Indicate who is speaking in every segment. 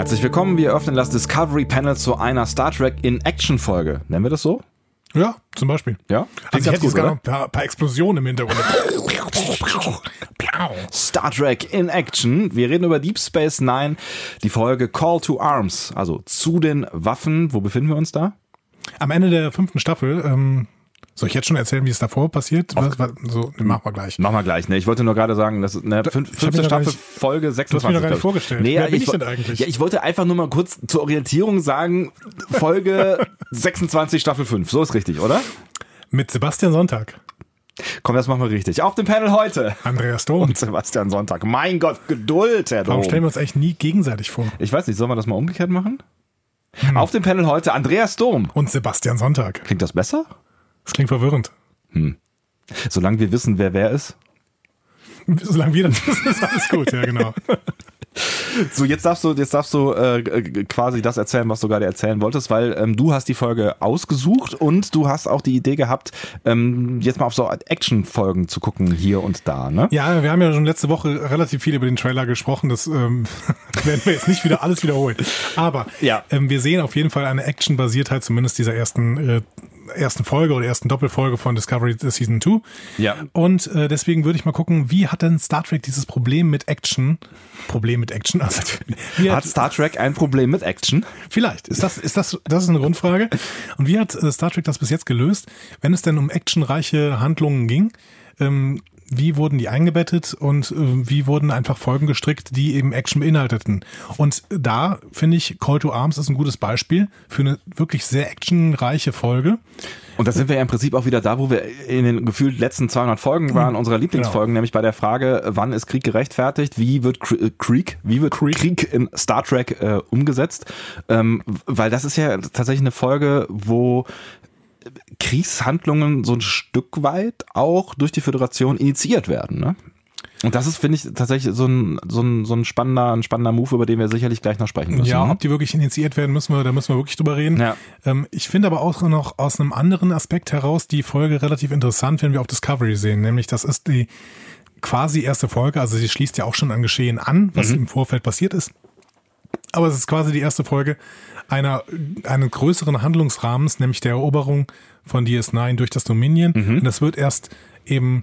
Speaker 1: Herzlich willkommen, wir öffnen das Discovery Panel zu einer Star Trek in Action Folge. Nennen wir das so?
Speaker 2: Ja, zum Beispiel.
Speaker 1: Ja?
Speaker 2: Also ich hätte jetzt gar noch ein paar Explosionen im Hintergrund.
Speaker 1: Star Trek in Action. Wir reden über Deep Space Nine, die Folge Call to Arms, also zu den Waffen. Wo befinden wir uns da?
Speaker 2: Am Ende der 5. Staffel, soll ich jetzt schon erzählen, wie es davor passiert? So, machen wir gleich.
Speaker 1: Machen wir gleich. Ne? Ich wollte nur gerade sagen, das ist eine 5. Staffel, Folge 26.
Speaker 2: Du hast mir noch gar nicht vorgestellt.
Speaker 1: Nee,
Speaker 2: Wer bin ich denn eigentlich?
Speaker 1: Ja, ich wollte einfach nur mal kurz zur Orientierung sagen, Folge 26, Staffel 5. So ist richtig, oder?
Speaker 2: Mit Sebastian Sonntag.
Speaker 1: Komm, das machen wir richtig. Auf dem Panel heute.
Speaker 2: Andreas Dom.
Speaker 1: Und Sebastian Sonntag. Mein Gott, Geduld, Herr Dom.
Speaker 2: Warum stellen wir uns eigentlich nie gegenseitig vor?
Speaker 1: Ich weiß nicht, sollen wir das mal umgekehrt machen? Auf dem Panel heute Andreas Dom.
Speaker 2: Und Sebastian Sonntag.
Speaker 1: Klingt das besser?
Speaker 2: Das klingt verwirrend.
Speaker 1: Solange wir wissen, wer ist.
Speaker 2: Solange wir das wissen, ist alles gut, ja genau.
Speaker 1: So, jetzt darfst du quasi das erzählen, was du gerade erzählen wolltest, weil du hast die Folge ausgesucht und du hast auch die Idee gehabt, jetzt mal auf so Action-Folgen zu gucken hier und da, ne?
Speaker 2: Ja, wir haben ja schon letzte Woche relativ viel über den Trailer gesprochen, das werden wir jetzt nicht wieder alles wiederholen. Aber
Speaker 1: ja.
Speaker 2: Wir sehen auf jeden Fall eine Action-Basiertheit, zumindest dieser ersten Folge oder ersten Doppelfolge von Discovery Season 2.
Speaker 1: Ja. Und
Speaker 2: deswegen würde ich mal gucken, wie hat denn Star Trek dieses Problem mit Action? Also,
Speaker 1: hat Star Trek ein Problem mit Action?
Speaker 2: Vielleicht. Das ist eine Grundfrage. Und wie hat Star Trek das bis jetzt gelöst, wenn es denn um actionreiche Handlungen ging? Wie wurden die eingebettet und wie wurden einfach Folgen gestrickt, die eben Action beinhalteten? Und da finde ich, Call to Arms ist ein gutes Beispiel für eine wirklich sehr actionreiche Folge.
Speaker 1: Und da sind wir ja im Prinzip auch wieder da, wo wir in den gefühlt letzten 200 Folgen waren, unserer Lieblingsfolgen, nämlich bei der Frage, wann ist Krieg gerechtfertigt, wie wird Krieg in Star Trek umgesetzt? Weil das ist ja tatsächlich eine Folge, wo Kriegshandlungen so ein Stück weit auch durch die Föderation initiiert werden, ne? Und das ist, finde ich, tatsächlich so ein spannender Move, über den wir sicherlich gleich noch sprechen müssen.
Speaker 2: Ja, ob die wirklich initiiert werden, da müssen wir wirklich drüber reden.
Speaker 1: Ja.
Speaker 2: Ich finde aber auch noch aus einem anderen Aspekt heraus die Folge relativ interessant, wenn wir auf Discovery sehen, nämlich das ist die quasi erste Folge, also sie schließt ja auch schon an Geschehen an, was im Vorfeld passiert ist. Aber es ist quasi die erste Folge eines größeren Handlungsrahmens, nämlich der Eroberung von DS9 durch das Dominion. Und das wird erst eben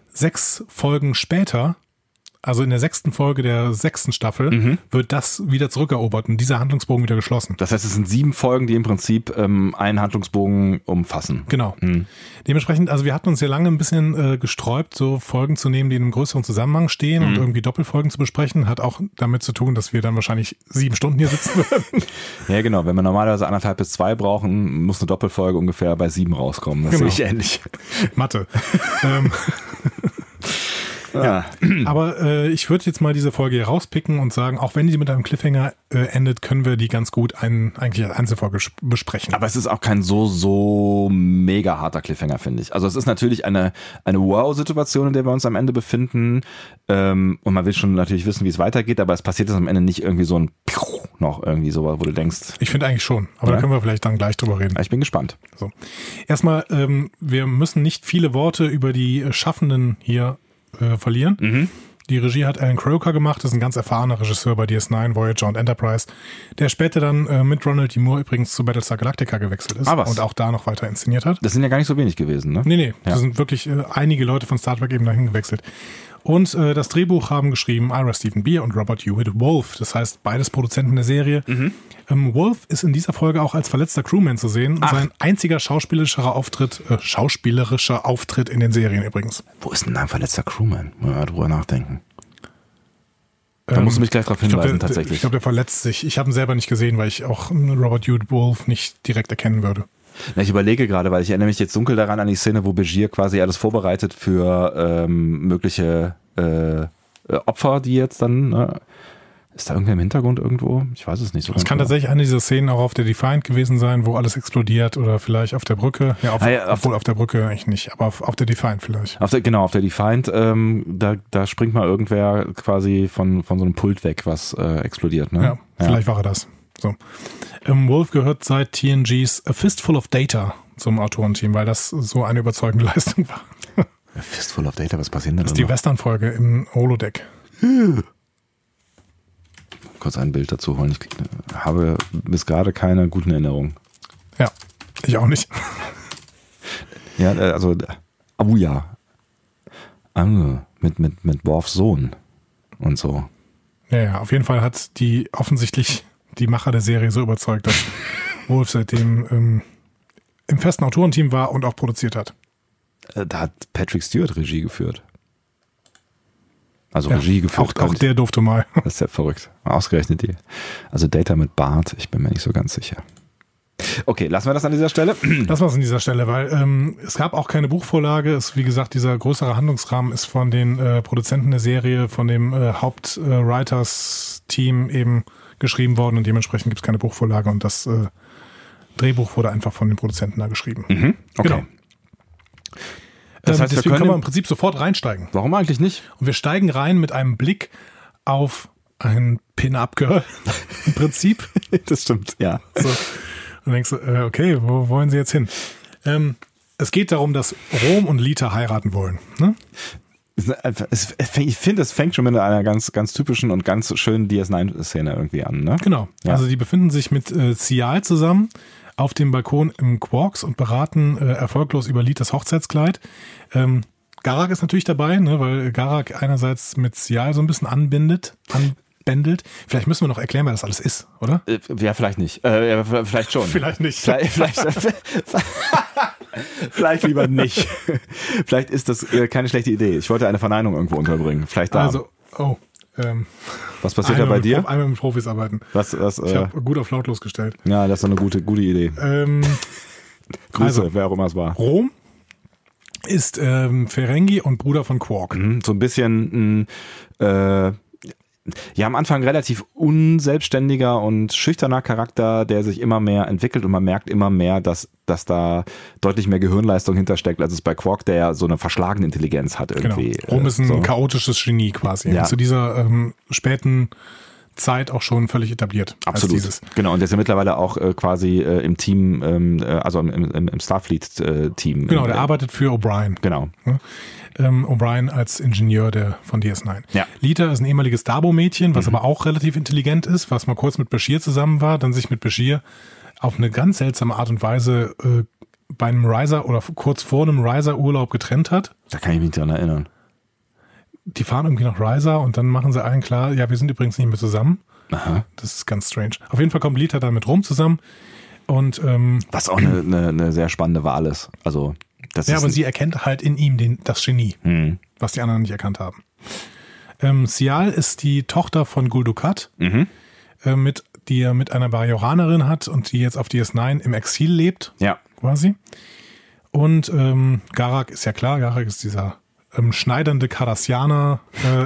Speaker 2: 6 Folgen später, also in der 6. Folge der 6. Staffel, wird das wieder zurückerobert und dieser Handlungsbogen wieder geschlossen.
Speaker 1: Das heißt, es sind 7 Folgen, die im Prinzip einen Handlungsbogen umfassen.
Speaker 2: Genau. Dementsprechend, also wir hatten uns ja lange ein bisschen gesträubt, so Folgen zu nehmen, die in einem größeren Zusammenhang stehen und irgendwie Doppelfolgen zu besprechen. Hat auch damit zu tun, dass wir dann wahrscheinlich 7 Stunden hier sitzen würden.
Speaker 1: Ja, genau. Wenn wir normalerweise 1,5 bis 2 brauchen, muss eine Doppelfolge ungefähr bei 7 rauskommen. Das sehe ich ähnlich.
Speaker 2: Mathe.
Speaker 1: Ja.
Speaker 2: Aber ich würde jetzt mal diese Folge hier rauspicken und sagen, auch wenn die mit einem Cliffhanger endet, können wir die ganz gut eigentlich als Einzelfolge besprechen.
Speaker 1: Aber es ist auch kein so mega harter Cliffhanger, finde ich. Also es ist natürlich eine Wow-Situation, in der wir uns am Ende befinden. Und man will schon natürlich wissen, wie es weitergeht, aber es passiert jetzt am Ende nicht irgendwie so ein noch irgendwie so, wo du denkst.
Speaker 2: Ich finde eigentlich schon, aber da können wir vielleicht dann gleich drüber reden.
Speaker 1: Ich bin gespannt.
Speaker 2: So. Erstmal, wir müssen nicht viele Worte über die Schaffenden hier verlieren. Die Regie hat Alan Croker gemacht, das ist ein ganz erfahrener Regisseur bei DS9, Voyager und Enterprise, der später dann mit Ronald D. Moore übrigens zu Battlestar Galactica gewechselt ist und auch da noch weiter inszeniert hat.
Speaker 1: Das sind ja gar nicht so wenig gewesen, ne?
Speaker 2: Nee, da sind wirklich einige Leute von Star Trek eben dahin gewechselt. Und das Drehbuch haben geschrieben Ira Steven Beer und Robert Hewitt Wolf. Das heißt, beides Produzenten der Serie. Wolf ist in dieser Folge auch als verletzter Crewman zu sehen. Sein einziger schauspielerischer Auftritt in den Serien übrigens.
Speaker 1: Wo ist denn ein verletzter Crewman? Mal drüber nachdenken. Da musst du mich gleich darauf hinweisen, tatsächlich.
Speaker 2: Ich glaube, der verletzt sich. Ich habe ihn selber nicht gesehen, weil ich auch Robert Hewitt Wolf nicht direkt erkennen würde.
Speaker 1: Na, ich überlege gerade, weil ich erinnere mich jetzt dunkel daran an die Szene, wo Begier quasi alles vorbereitet für mögliche Opfer, die jetzt dann... Ist da irgendwer im Hintergrund irgendwo? Ich weiß es nicht so.
Speaker 2: Es kann tatsächlich eine dieser Szenen auch auf der Defiant gewesen sein, wo alles explodiert oder vielleicht auf der Brücke. Ja, obwohl auf der Brücke eigentlich nicht, aber auf der Defiant vielleicht. Auf der
Speaker 1: Defiant, da springt mal irgendwer quasi von so einem Pult weg, was explodiert. Ne?
Speaker 2: Ja, vielleicht war er das. So. Wolf gehört seit TNGs A Fistful of Data zum Autorenteam, weil das so eine überzeugende Leistung war.
Speaker 1: A Fistful of Data, was passiert denn da?
Speaker 2: Das ist die Western-Folge im Holodeck.
Speaker 1: kurz ein Bild dazu holen. Ich habe bis gerade keine guten Erinnerungen.
Speaker 2: Ja, ich auch nicht.
Speaker 1: Ja, also, ja. Mit Worfs Sohn und so.
Speaker 2: Ja, auf jeden Fall hat offensichtlich die Macher der Serie so überzeugt, dass Worf seitdem im festen Autorenteam war und auch produziert hat.
Speaker 1: Da hat Patrick Stewart Regie geführt. Also Regie geführt.
Speaker 2: Auch der durfte mal.
Speaker 1: Das ist ja verrückt. Ausgerechnet die. Also Data mit Bart, ich bin mir nicht so ganz sicher. Okay, lassen wir das an dieser Stelle.
Speaker 2: Lassen wir es an dieser Stelle, weil es gab auch keine Buchvorlage. Wie gesagt, dieser größere Handlungsrahmen ist von den Produzenten der Serie, von dem Hauptwriters-Team eben geschrieben worden und dementsprechend gibt es keine Buchvorlage und das Drehbuch wurde einfach von den Produzenten da geschrieben.
Speaker 1: Mhm, okay.
Speaker 2: Genau.
Speaker 1: Das heißt,
Speaker 2: deswegen können wir im Prinzip sofort reinsteigen.
Speaker 1: Warum eigentlich nicht?
Speaker 2: Und wir steigen rein mit einem Blick auf ein Pin-Up-Girl im Prinzip.
Speaker 1: Das stimmt, ja.
Speaker 2: So. Und denkst du, okay, wo wollen sie jetzt hin? Es geht darum, dass Rom und Lita heiraten wollen. Ne?
Speaker 1: Ich finde, es fängt schon mit einer ganz, ganz typischen und ganz schönen DS9-Szene irgendwie an. Ne?
Speaker 2: Genau. Ja. Also die befinden sich mit Cial zusammen auf dem Balkon im Quarks und beraten erfolglos über Litas Hochzeitskleid. Garak ist natürlich dabei, ne, weil Garak einerseits mit Cial so ein bisschen anbändelt. Vielleicht müssen wir noch erklären, wer das alles ist, oder?
Speaker 1: Ja, vielleicht nicht. Vielleicht schon.
Speaker 2: Vielleicht nicht.
Speaker 1: Vielleicht lieber nicht. Vielleicht ist das keine schlechte Idee. Ich wollte eine Verneinung irgendwo unterbringen. Vielleicht da.
Speaker 2: Also,
Speaker 1: was passiert da bei dir?
Speaker 2: Einmal mit Profis arbeiten. Ich habe gut auf lautlos gestellt.
Speaker 1: Ja, das ist doch eine gute Idee. Grüße, wer auch immer es war.
Speaker 2: Rom ist Ferengi und Bruder von Quark.
Speaker 1: So ein bisschen am Anfang relativ unselbstständiger und schüchterner Charakter, der sich immer mehr entwickelt und man merkt immer mehr, dass da deutlich mehr Gehirnleistung hintersteckt, als es bei Quark, der ja so eine verschlagene Intelligenz hat irgendwie.
Speaker 2: Genau. Rom ist ein chaotisches Genie quasi. Ja. Zu dieser späten Zeit auch schon völlig etabliert.
Speaker 1: Absolut. Genau, und der ist ja mittlerweile auch quasi im Team, also im Starfleet-Team.
Speaker 2: Genau, der arbeitet für O'Brien.
Speaker 1: Genau.
Speaker 2: O'Brien als Ingenieur von DS9.
Speaker 1: Ja.
Speaker 2: Lita ist ein ehemaliges Dabo-Mädchen, was aber auch relativ intelligent ist, was mal kurz mit Bashir zusammen war, dann sich mit Bashir auf eine ganz seltsame Art und Weise bei einem Riser oder kurz vor einem Riser-Urlaub getrennt hat.
Speaker 1: Da kann ich mich dran erinnern.
Speaker 2: Die fahren irgendwie nach Riser und dann machen sie allen klar, ja, wir sind übrigens nicht mehr zusammen.
Speaker 1: Aha.
Speaker 2: Das ist ganz strange. Auf jeden Fall kommt Lita dann mit Rom zusammen und
Speaker 1: was auch eine sehr spannende Wahl ist. Also
Speaker 2: aber sie erkennt halt in ihm das Genie, was die anderen nicht erkannt haben. Cial ist die Tochter von Gul Dukat, die er mit einer Bajoranerin hat und die jetzt auf DS9 im Exil lebt, quasi. Und Garak ist ja klar, Garak ist dieser schneidernde Cardassianer,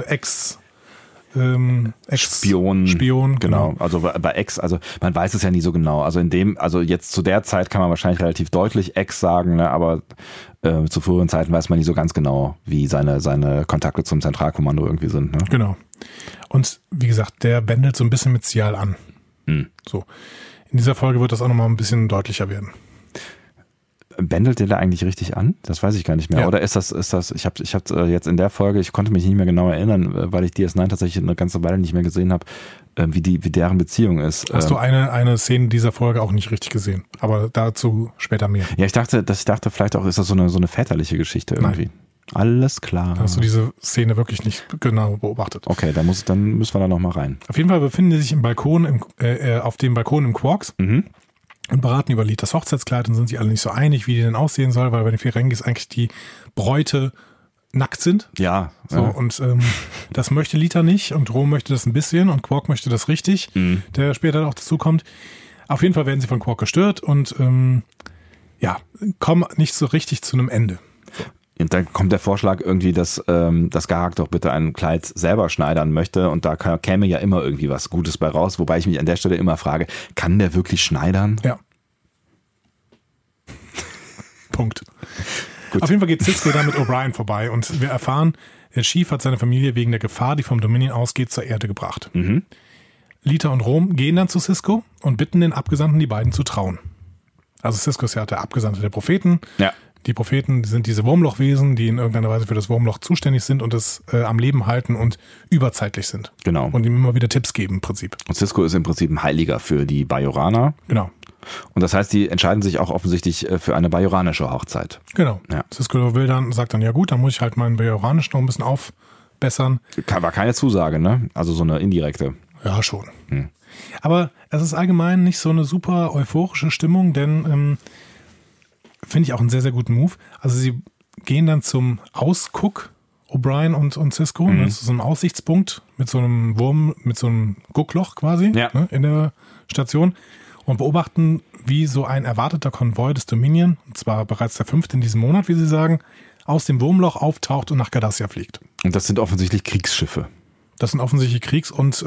Speaker 1: Spion, genau. Also bei Ex, also man weiß es ja nie so genau. Also jetzt zu der Zeit kann man wahrscheinlich relativ deutlich Ex sagen, ne? Aber zu früheren Zeiten weiß man nicht so ganz genau, wie seine Kontakte zum Zentralkommando irgendwie sind. Ne?
Speaker 2: Genau. Und wie gesagt, der bändelt so ein bisschen mit Cial an. So. In dieser Folge wird das auch nochmal ein bisschen deutlicher werden.
Speaker 1: Bändelt der da eigentlich richtig an? Das weiß ich gar nicht mehr. Ja. Oder ist das, ich habe jetzt in der Folge, ich konnte mich nicht mehr genau erinnern, weil ich DS9 tatsächlich eine ganze Weile nicht mehr gesehen habe, wie deren Beziehung ist.
Speaker 2: Hast du eine Szene dieser Folge auch nicht richtig gesehen? Aber dazu später mehr.
Speaker 1: Ja, ich dachte vielleicht auch, ist das so eine väterliche Geschichte irgendwie. Nein. Alles klar.
Speaker 2: Hast du diese Szene wirklich nicht genau beobachtet?
Speaker 1: Okay, dann müssen wir da nochmal rein.
Speaker 2: Auf jeden Fall befinden die sich auf dem Balkon im Quarks. Und beraten über Litas Hochzeitskleid und sind sich alle nicht so einig, wie die denn aussehen soll, weil bei den Ferengis eigentlich die Bräute nackt sind.
Speaker 1: Ja.
Speaker 2: So, und das möchte Lita nicht und Rom möchte das ein bisschen und Quark möchte das richtig, der später auch dazu kommt. Auf jeden Fall werden sie von Quark gestört und kommen nicht so richtig zu einem Ende. So.
Speaker 1: Und dann kommt der Vorschlag irgendwie, dass Garak doch bitte ein Kleid selber schneidern möchte und da käme ja immer irgendwie was Gutes bei raus, wobei ich mich an der Stelle immer frage, kann der wirklich schneidern?
Speaker 2: Ja. Punkt. Gut. Auf jeden Fall geht Sisko da mit O'Brien vorbei und wir erfahren, der Chief hat seine Familie wegen der Gefahr, die vom Dominion ausgeht, zur Erde gebracht. Lita und Rom gehen dann zu Sisko und bitten den Abgesandten, die beiden zu trauen. Also Sisko ist ja der Abgesandte der Propheten.
Speaker 1: Ja.
Speaker 2: Die Propheten sind diese Wurmlochwesen, die in irgendeiner Weise für das Wurmloch zuständig sind und es am Leben halten und überzeitlich sind.
Speaker 1: Genau.
Speaker 2: Und ihm immer wieder Tipps geben im Prinzip.
Speaker 1: Und Sisko ist im Prinzip ein Heiliger für die Bajoraner.
Speaker 2: Genau.
Speaker 1: Und das heißt, die entscheiden sich auch offensichtlich für eine bajoranische Hochzeit.
Speaker 2: Genau.
Speaker 1: Ja.
Speaker 2: Sisko sagt dann, ja gut, dann muss ich halt meinen Bajoranisch noch ein bisschen aufbessern.
Speaker 1: War keine Zusage, ne? Also so eine indirekte.
Speaker 2: Ja, schon. Aber es ist allgemein nicht so eine super euphorische Stimmung, denn finde ich auch einen sehr, sehr guten Move. Also sie gehen dann zum Ausguck, O'Brien und Sisko, zu so einem Aussichtspunkt mit so einem Wurm, mit so einem Guckloch quasi in der Station und beobachten, wie so ein erwarteter Konvoi des Dominion, und zwar bereits der 5. in diesem Monat, wie sie sagen, aus dem Wurmloch auftaucht und nach Cardassia fliegt.
Speaker 1: Und das sind offensichtlich Kriegsschiffe.
Speaker 2: Das sind offensichtlich Kriegsschiffe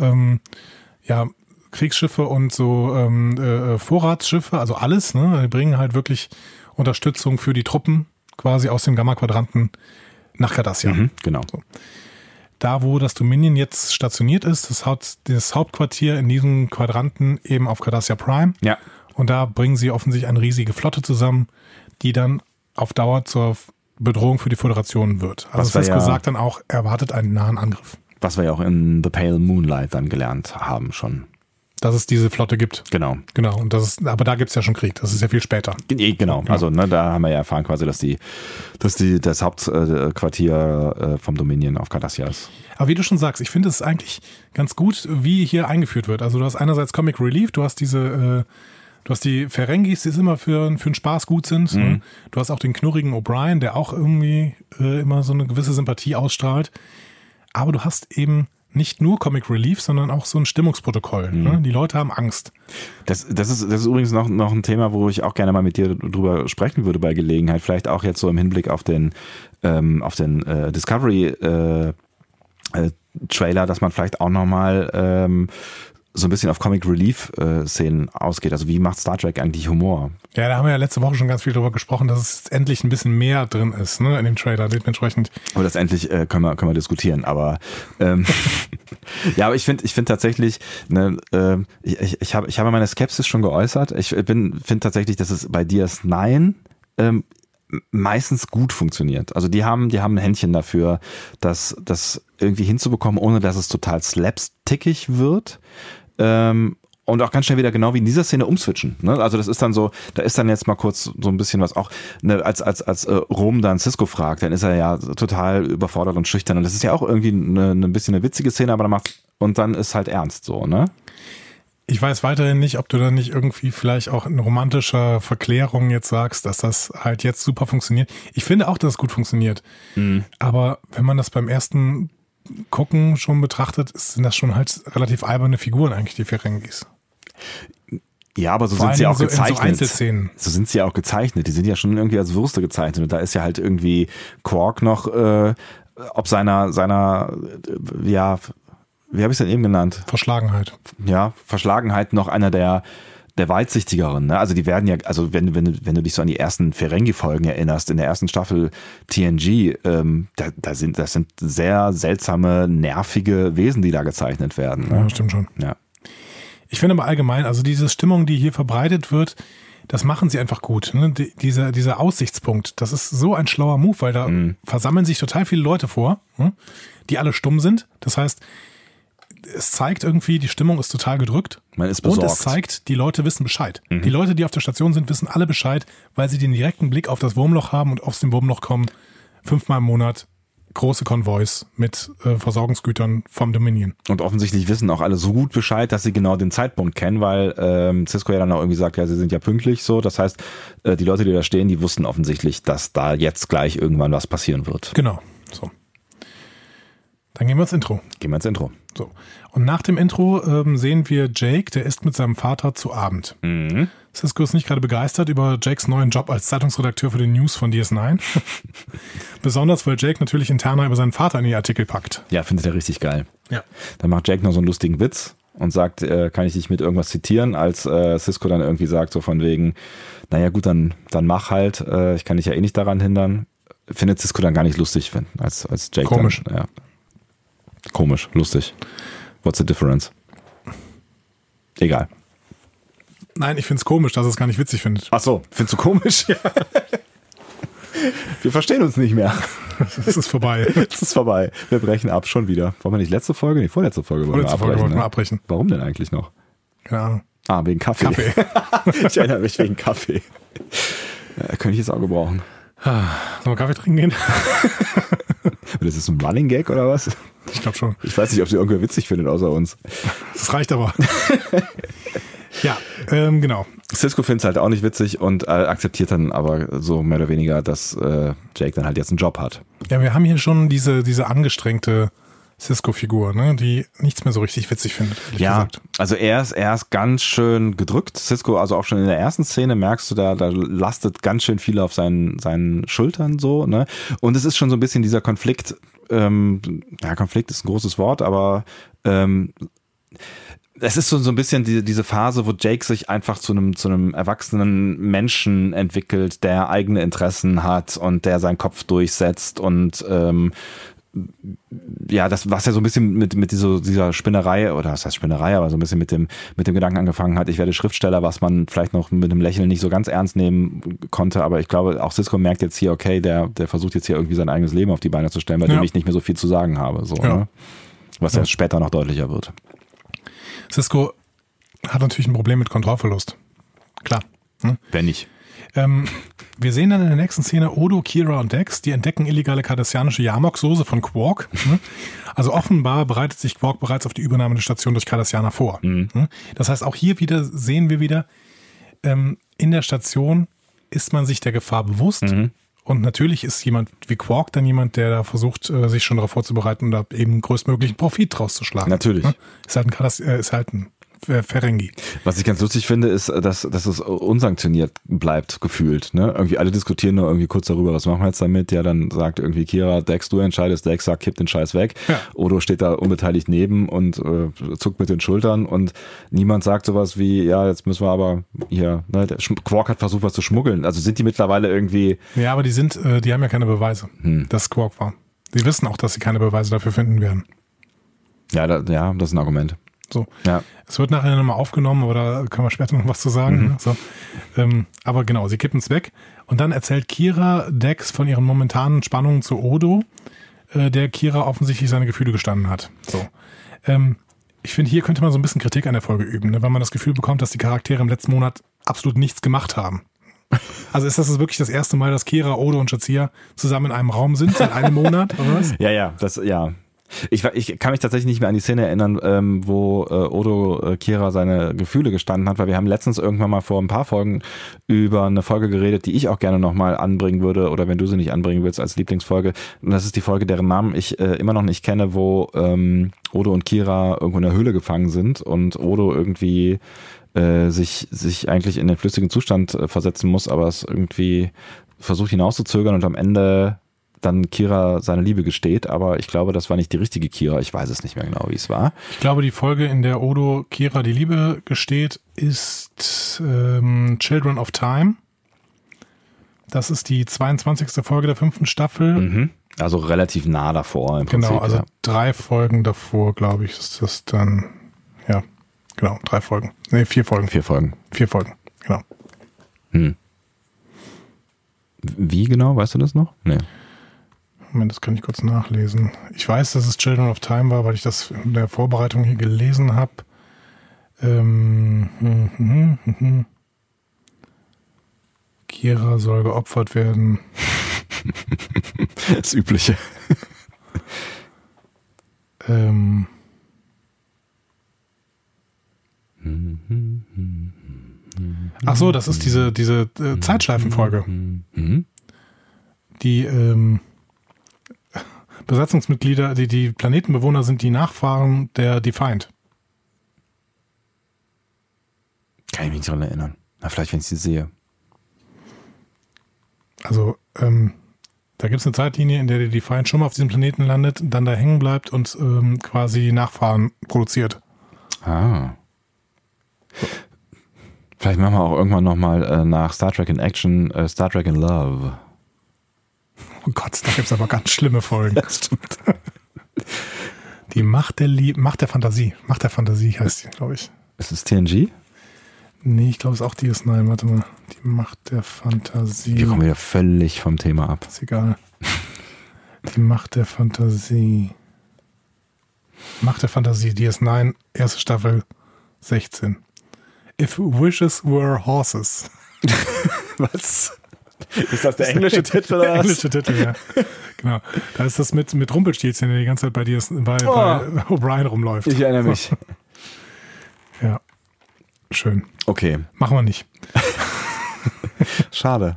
Speaker 2: und so Vorratsschiffe, also alles. Ne? Die bringen halt wirklich Unterstützung für die Truppen quasi aus dem Gamma-Quadranten nach Cardassia.
Speaker 1: Genau.
Speaker 2: So. Da, wo das Dominion jetzt stationiert ist, das Hauptquartier in diesem Quadranten eben auf Cardassia Prime.
Speaker 1: Ja.
Speaker 2: Und da bringen sie offensichtlich eine riesige Flotte zusammen, die dann auf Dauer zur Bedrohung für die Föderation wird. Also Sisko sagt dann auch, er erwartet einen nahen Angriff.
Speaker 1: Was wir ja auch in The Pale Moonlight dann gelernt haben schon.
Speaker 2: Dass es diese Flotte gibt.
Speaker 1: Genau.
Speaker 2: Genau. Und aber da gibt es ja schon Krieg. Das ist ja viel später.
Speaker 1: Genau. Also da haben wir ja erfahren quasi, dass das Hauptquartier vom Dominion auf Cardassia ist.
Speaker 2: Aber wie du schon sagst, ich finde es eigentlich ganz gut, wie hier eingeführt wird. Also du hast einerseits Comic Relief, du hast die Ferengis, die immer für einen Spaß gut sind. Ne? Du hast auch den knurrigen O'Brien, der auch irgendwie immer so eine gewisse Sympathie ausstrahlt. Aber du hast eben nicht nur Comic Relief, sondern auch so ein Stimmungsprotokoll. Ne? Die Leute haben Angst.
Speaker 1: Das ist übrigens noch ein Thema, wo ich auch gerne mal mit dir drüber sprechen würde bei Gelegenheit. Vielleicht auch jetzt so im Hinblick auf den Discovery Trailer, dass man vielleicht auch nochmal so ein bisschen auf Comic Relief Szenen ausgeht. Also wie macht Star Trek eigentlich Humor?
Speaker 2: Ja, da haben wir ja letzte Woche schon ganz viel drüber gesprochen, dass es endlich ein bisschen mehr drin ist, ne, in dem Trailer, dementsprechend.
Speaker 1: Aber das endlich können wir diskutieren. Aber ja, aber ich finde tatsächlich, ne, ich habe meine Skepsis schon geäußert. Ich finde tatsächlich, dass es bei DS9 meistens gut funktioniert. Also die haben ein Händchen dafür, das irgendwie hinzubekommen, ohne dass es total slapstickig wird. Und auch ganz schnell wieder genau wie in dieser Szene umswitchen. Ne? Also das ist dann so, da ist dann jetzt mal kurz so ein bisschen was auch, ne, als Rom dann Sisko fragt, dann ist er ja total überfordert und schüchtern. Und das ist ja auch irgendwie ein bisschen eine witzige Szene, aber dann ist halt ernst so, ne?
Speaker 2: Ich weiß weiterhin nicht, ob du da nicht irgendwie vielleicht auch in romantischer Verklärung jetzt sagst, dass das halt jetzt super funktioniert. Ich finde auch, dass es gut funktioniert. Aber wenn man das beim ersten Gucken schon betrachtet, sind das schon halt relativ alberne Figuren eigentlich, die Ferengis.
Speaker 1: Ja, aber so sind sie auch gezeichnet.
Speaker 2: So Einzelszenen.
Speaker 1: So sind sie ja auch gezeichnet. Die sind ja schon irgendwie als Würste gezeichnet. Und da ist ja halt irgendwie Quark noch, ob seiner, ja, wie habe ich es denn eben genannt?
Speaker 2: Verschlagenheit.
Speaker 1: Ja, Verschlagenheit noch einer der weitsichtigeren. Ne? Also die werden ja, also wenn du dich so an die ersten Ferengi-Folgen erinnerst, in der ersten Staffel TNG, das sind sehr seltsame, nervige Wesen, die da gezeichnet werden. Ne?
Speaker 2: Ja, stimmt schon.
Speaker 1: Ja.
Speaker 2: Ich finde aber allgemein, also diese Stimmung, die hier verbreitet wird, das machen sie einfach gut. Ne? Dieser Aussichtspunkt, das ist so ein schlauer Move, weil da versammeln sich total viele Leute vor, die alle stumm sind. Das heißt, es zeigt irgendwie, die Stimmung ist total gedrückt.
Speaker 1: Man ist besorgt.
Speaker 2: Und es zeigt, die Leute wissen Bescheid. Die Leute, die auf der Station sind, wissen alle Bescheid, weil sie den direkten Blick auf das Wurmloch haben und aus dem Wurmloch kommen 5-mal im Monat große Konvois mit Versorgungsgütern vom Dominion.
Speaker 1: Und offensichtlich wissen auch alle so gut Bescheid, dass sie genau den Zeitpunkt kennen, weil Sisko ja dann auch irgendwie sagt, ja, sie sind ja pünktlich so. Das heißt, die Leute, die da stehen, die wussten offensichtlich, dass da jetzt gleich irgendwann was passieren wird.
Speaker 2: Genau, so. Dann gehen wir ins Intro. So. Und nach dem Intro sehen wir Jake, der isst mit seinem Vater zu Abend. Sisko ist nicht gerade begeistert über Jakes neuen Job als Zeitungsredakteur für die News von DS9. Besonders, weil Jake natürlich interner über seinen Vater in die Artikel packt.
Speaker 1: Ja, findet er richtig geil.
Speaker 2: Ja.
Speaker 1: Dann macht Jake noch so einen lustigen Witz und sagt, kann ich dich mit irgendwas zitieren, als Sisko dann irgendwie sagt, so von wegen, naja gut, dann mach halt, ich kann dich ja eh nicht daran hindern. Findet Sisko dann gar nicht lustig, als Jake.
Speaker 2: Komisch.
Speaker 1: Dann, ja. Komisch, lustig. What's the difference? Egal.
Speaker 2: Nein, ich find's komisch, dass er es gar nicht witzig findet.
Speaker 1: Ach so, findest du komisch? Ja. Wir verstehen uns nicht mehr.
Speaker 2: Es ist vorbei.
Speaker 1: Es ist vorbei. Wir brechen ab, schon wieder. Wollen wir nicht letzte Folge? Nee, vorletzte Folge wollen wir abbrechen. Warum denn eigentlich noch?
Speaker 2: Keine Ahnung.
Speaker 1: Wegen Kaffee. Ich erinnere mich wegen Kaffee. Könnte ich jetzt auch gebrauchen.
Speaker 2: Sollen wir Kaffee trinken gehen?
Speaker 1: Das ist ein Running Gag oder was?
Speaker 2: Ich glaube schon.
Speaker 1: Ich weiß nicht, ob sie irgendwer witzig findet außer uns.
Speaker 2: Das reicht aber. Ja, genau.
Speaker 1: Sisko findet es halt auch nicht witzig und akzeptiert dann aber so mehr oder weniger, dass Jake dann halt jetzt einen Job hat.
Speaker 2: Ja, wir haben hier schon diese angestrengte Sisko-Figur, ne, die nichts mehr so richtig witzig findet.
Speaker 1: Ja, gesagt. Also er ist ganz schön gedrückt. Sisko, also auch schon in der ersten Szene merkst du, da lastet ganz schön viel auf seinen Schultern so, ne? Und es ist schon so ein bisschen dieser Konflikt, Konflikt ist ein großes Wort, aber es ist so ein bisschen diese Phase, wo Jake sich einfach zu einem erwachsenen Menschen entwickelt, der eigene Interessen hat und der seinen Kopf durchsetzt und das, was ja so ein bisschen mit dieser Spinnerei, oder was heißt Spinnerei, aber so ein bisschen mit dem Gedanken angefangen hat, ich werde Schriftsteller, was man vielleicht noch mit einem Lächeln nicht so ganz ernst nehmen konnte, aber ich glaube, auch Sisko merkt jetzt hier, okay, der versucht jetzt hier irgendwie sein eigenes Leben auf die Beine zu stellen, bei dem ich nicht mehr so viel zu sagen habe, so, ne? Was ja später noch deutlicher wird.
Speaker 2: Sisko hat natürlich ein Problem mit Kontrollverlust. Klar.
Speaker 1: Ne? Wenn nicht.
Speaker 2: Wir sehen dann in der nächsten Szene Odo, Kira und Dex, die entdecken illegale kardassianische Yamok-Soße von Quark. Also offenbar bereitet sich Quark bereits auf die Übernahme der Station durch Cardassianer vor. Das heißt, auch hier sehen wir wieder, in der Station ist man sich der Gefahr bewusst. Und natürlich ist jemand wie Quark dann jemand, der da versucht, sich schon darauf vorzubereiten und da eben größtmöglichen Profit draus zu schlagen.
Speaker 1: Natürlich.
Speaker 2: Ist halt ein Ferengi.
Speaker 1: Was ich ganz lustig finde, ist, dass es unsanktioniert bleibt, gefühlt. Ne? Irgendwie alle diskutieren nur irgendwie kurz darüber, was machen wir jetzt damit? Ja, dann sagt irgendwie Kira, Dex, du entscheidest, Dex sagt, kipp den Scheiß weg. Ja. Odo steht da unbeteiligt neben und zuckt mit den Schultern und niemand sagt sowas wie, ja, jetzt müssen wir aber hier, ne, Quark hat versucht, was zu schmuggeln. Also sind die mittlerweile irgendwie...
Speaker 2: Ja, aber die haben ja keine Beweise, dass es Quark war. Die wissen auch, dass sie keine Beweise dafür finden werden.
Speaker 1: Ja, das ist ein Argument.
Speaker 2: So. Ja. Es wird nachher nochmal aufgenommen, aber da können wir später noch was zu sagen. Ne? So. Aber genau, sie kippen es weg. Und dann erzählt Kira Dex von ihren momentanen Spannungen zu Odo, der Kira offensichtlich seine Gefühle gestanden hat. So. Ich finde, hier könnte man so ein bisschen Kritik an der Folge üben, ne? Weil man das Gefühl bekommt, dass die Charaktere im letzten Monat absolut nichts gemacht haben. Also ist das wirklich das erste Mal, dass Kira, Odo und Jadzia zusammen in einem Raum sind, seit einem Monat, oder was?
Speaker 1: Ja. Ich kann mich tatsächlich nicht mehr an die Szene erinnern, wo Odo Kira seine Gefühle gestanden hat, weil wir haben letztens irgendwann mal vor ein paar Folgen über eine Folge geredet, die ich auch gerne nochmal anbringen würde, oder wenn du sie nicht anbringen willst als Lieblingsfolge. Und das ist die Folge, deren Namen ich immer noch nicht kenne, wo Odo und Kira irgendwo in der Höhle gefangen sind und Odo irgendwie sich eigentlich in den flüssigen Zustand versetzen muss, aber es irgendwie versucht hinauszuzögern und am Ende dann Kira seine Liebe gesteht, aber ich glaube, das war nicht die richtige Kira. Ich weiß es nicht mehr genau, wie es war.
Speaker 2: Ich glaube, die Folge, in der Odo Kira die Liebe gesteht, ist Children of Time. Das ist die 22. Folge der 5. Staffel.
Speaker 1: Also relativ nah davor im Prinzip.
Speaker 2: Genau, also 3 Folgen davor, glaube ich, ist das dann, ja, genau, 3 Folgen. Nee, 4 Folgen.
Speaker 1: 4 Folgen.
Speaker 2: 4 Folgen, genau.
Speaker 1: Wie genau, weißt du das noch? Nee.
Speaker 2: Moment, das kann ich kurz nachlesen. Ich weiß, dass es Children of Time war, weil ich das in der Vorbereitung hier gelesen habe. Kira soll geopfert werden.
Speaker 1: Das Übliche.
Speaker 2: Ach so, das ist diese Zeitschleifenfolge. Die Besatzungsmitglieder, die Planetenbewohner sind die Nachfahren der Defiant.
Speaker 1: Kann ich mich nicht daran erinnern. Na, vielleicht, wenn ich sie sehe.
Speaker 2: Also, da gibt es eine Zeitlinie, in der die Defiant schon mal auf diesem Planeten landet, dann da hängen bleibt und quasi Nachfahren produziert.
Speaker 1: Ah. Vielleicht machen wir auch irgendwann nochmal nach Star Trek in Action, Star Trek in Love.
Speaker 2: Oh Gott, da gibt es aber ganz schlimme Folgen.
Speaker 1: Das stimmt.
Speaker 2: Die Macht der Fantasie. Macht der Fantasie heißt die, glaube ich.
Speaker 1: Ist es TNG?
Speaker 2: Nee, ich glaube, es ist auch DS9. Warte mal. Die Macht der Fantasie.
Speaker 1: Wir kommen wieder völlig vom Thema ab.
Speaker 2: Ist egal. Die Macht der Fantasie. Macht der Fantasie, DS9, erste Staffel, 16. If wishes were horses.
Speaker 1: Was? Ist das der englische Titel oder was?
Speaker 2: Der englische Titel, ja. Genau. Da ist das mit Rumpelstilzchen, der die ganze Zeit bei O'Brien rumläuft.
Speaker 1: Ich erinnere mich.
Speaker 2: Ja. Schön.
Speaker 1: Okay.
Speaker 2: Machen wir nicht.
Speaker 1: Schade.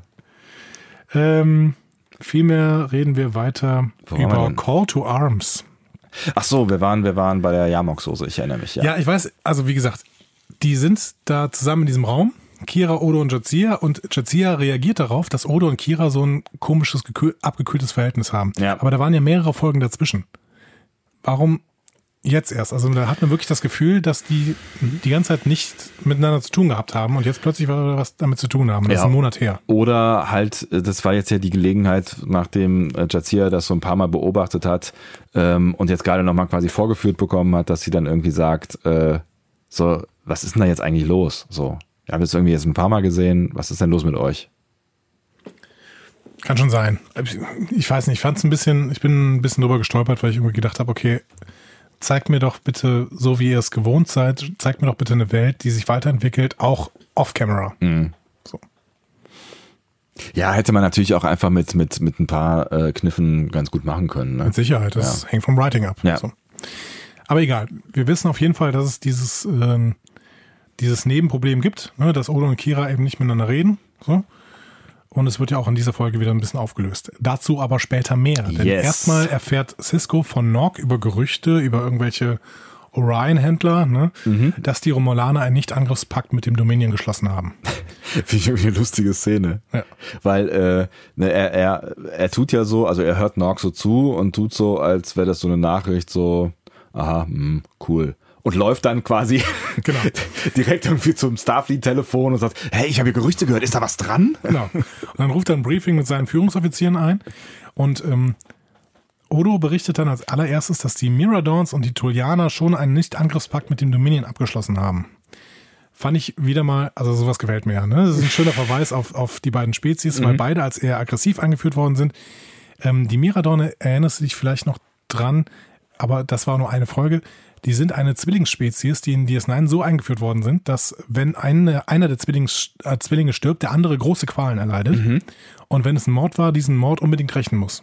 Speaker 2: Vielmehr reden wir weiter über Call to Arms.
Speaker 1: Ach so, wir waren bei der Yamok-Soße, ich erinnere mich.
Speaker 2: Ja, ich weiß, also wie gesagt, die sind da zusammen in diesem Raum, Kira, Odo und Jadzia, und Jadzia reagiert darauf, dass Odo und Kira so ein komisches, abgekühltes Verhältnis haben.
Speaker 1: Ja.
Speaker 2: Aber da waren ja mehrere Folgen dazwischen. Warum jetzt erst? Also da hat man wirklich das Gefühl, dass die ganze Zeit nicht miteinander zu tun gehabt haben und jetzt plötzlich was damit zu tun haben. Das ist ein Monat her.
Speaker 1: Oder halt, das war jetzt ja die Gelegenheit, nachdem Jadzia das so ein paar Mal beobachtet hat und jetzt gerade nochmal quasi vorgeführt bekommen hat, dass sie dann irgendwie sagt, so, was ist denn da jetzt eigentlich los? So, wir haben es irgendwie jetzt ein paar Mal gesehen, was ist denn los mit euch?
Speaker 2: Kann schon sein. Ich weiß nicht, ich bin ein bisschen drüber gestolpert, weil ich irgendwie gedacht habe, okay, zeigt mir doch bitte, so wie ihr es gewohnt seid, zeigt mir doch bitte eine Welt, die sich weiterentwickelt, auch off-camera.
Speaker 1: Mhm.
Speaker 2: So.
Speaker 1: Ja, hätte man natürlich auch einfach mit ein paar Kniffen ganz gut machen können. Ne?
Speaker 2: Mit Sicherheit, das hängt vom Writing ab.
Speaker 1: Ja.
Speaker 2: So. Aber egal, wir wissen auf jeden Fall, dass es dieses Nebenproblem gibt, ne, dass Odo und Kira eben nicht miteinander reden. So. Und es wird ja auch in dieser Folge wieder ein bisschen aufgelöst. Dazu aber später mehr. Denn erstmal erfährt Sisko von Nog über Gerüchte, über irgendwelche Orion-Händler, ne, dass die Romulaner einen Nicht-Angriffspakt mit dem Dominion geschlossen haben.
Speaker 1: Finde ich irgendwie eine lustige Szene.
Speaker 2: Ja.
Speaker 1: Weil er tut ja so, also er hört Nog so zu und tut so, als wäre das so eine Nachricht, so, aha, cool. Und läuft dann quasi direkt irgendwie zum Starfleet-Telefon und sagt, hey, ich habe hier Gerüchte gehört, ist da was dran?
Speaker 2: Genau. Und dann ruft er ein Briefing mit seinen Führungsoffizieren ein und Odo berichtet dann als allererstes, dass die Miradors und die Tullianer schon einen Nicht-Angriffspakt mit dem Dominion abgeschlossen haben. Fand ich wieder mal, also sowas gefällt mir ja. Ne? Das ist ein schöner Verweis auf die beiden Spezies, weil beide als eher aggressiv eingeführt worden sind. Die Miradors, erinnerst du dich vielleicht noch dran, aber das war nur eine Folge. Die sind eine Zwillingsspezies, die in DS9 so eingeführt worden sind, dass wenn einer der Zwillinge stirbt, der andere große Qualen erleidet. Und wenn es ein Mord war, diesen Mord unbedingt rächen muss.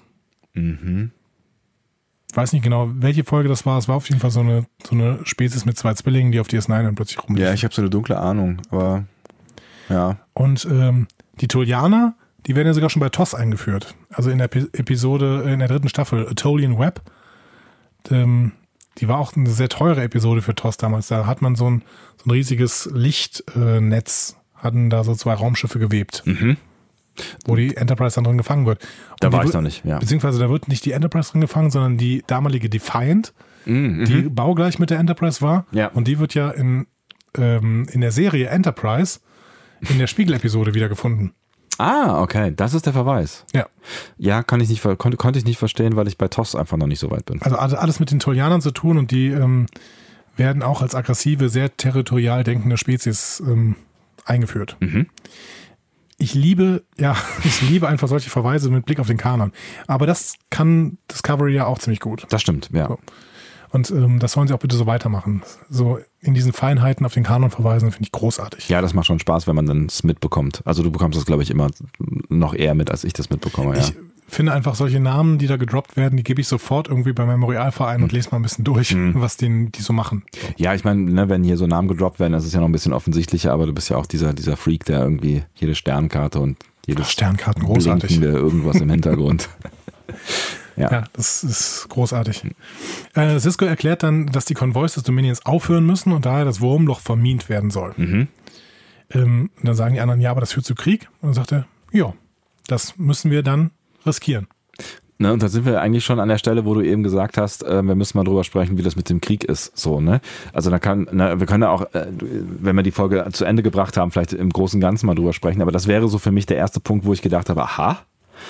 Speaker 2: Ich weiß nicht genau, welche Folge das war. Es war auf jeden Fall so eine Spezies mit 2 Zwillingen, die auf DS9 dann plötzlich rumliegen.
Speaker 1: Ja, ich habe so eine dunkle Ahnung, aber ja.
Speaker 2: Und die Tullianer, die werden ja sogar schon bei TOS eingeführt. Also in der Episode, in der 3. Staffel, Atolian Web. Die war auch eine sehr teure Episode für TOS damals. Da hat man so ein riesiges Lichtnetz, hatten da so 2 Raumschiffe gewebt, wo die Enterprise dann drin gefangen wird. Und
Speaker 1: da war ich noch nicht, ja.
Speaker 2: Beziehungsweise da wird nicht die Enterprise drin gefangen, sondern die damalige Defiant, die baugleich mit der Enterprise war. Ja. Und die wird ja in der Serie Enterprise in der Spiegel-Episode wiedergefunden.
Speaker 1: Ah, okay, das ist der Verweis.
Speaker 2: Ja.
Speaker 1: Ja, konnte ich nicht verstehen, weil ich bei TOS einfach noch nicht so weit bin.
Speaker 2: Also alles mit den Tullianern zu tun und die werden auch als aggressive, sehr territorial denkende Spezies eingeführt. Ich liebe einfach solche Verweise mit Blick auf den Kanon. Aber das kann Discovery ja auch ziemlich gut.
Speaker 1: Das stimmt, ja.
Speaker 2: So. Und das sollen sie auch bitte so weitermachen. So in diesen Feinheiten auf den Kanon verweisen, finde ich großartig.
Speaker 1: Ja, das macht schon Spaß, wenn man dann es mitbekommt. Also du bekommst das, glaube ich, immer noch eher mit, als ich das mitbekomme. Ja.
Speaker 2: Ich finde einfach solche Namen, die da gedroppt werden, die gebe ich sofort irgendwie beim Memorialverein und lese mal ein bisschen durch, was die so machen. So.
Speaker 1: Ja, ich meine, ne, wenn hier so Namen gedroppt werden, das ist ja noch ein bisschen offensichtlicher, aber du bist ja auch dieser Freak, der irgendwie jede Sternkarte und jede
Speaker 2: Sternkarten großartig.
Speaker 1: Irgendwas im Hintergrund.
Speaker 2: Ja, das ist großartig. Sisko erklärt dann, dass die Konvois des Dominions aufhören müssen und daher das Wurmloch vermint werden soll. Und dann sagen die anderen, ja, aber das führt zu Krieg. Und dann sagt er, ja, das müssen wir dann riskieren.
Speaker 1: Ne, und da sind wir eigentlich schon an der Stelle, wo du eben gesagt hast, wir müssen mal drüber sprechen, wie das mit dem Krieg ist. So, ne? Also wir können ja auch, wenn wir die Folge zu Ende gebracht haben, vielleicht im Großen und Ganzen mal drüber sprechen. Aber das wäre so für mich der erste Punkt, wo ich gedacht habe, aha,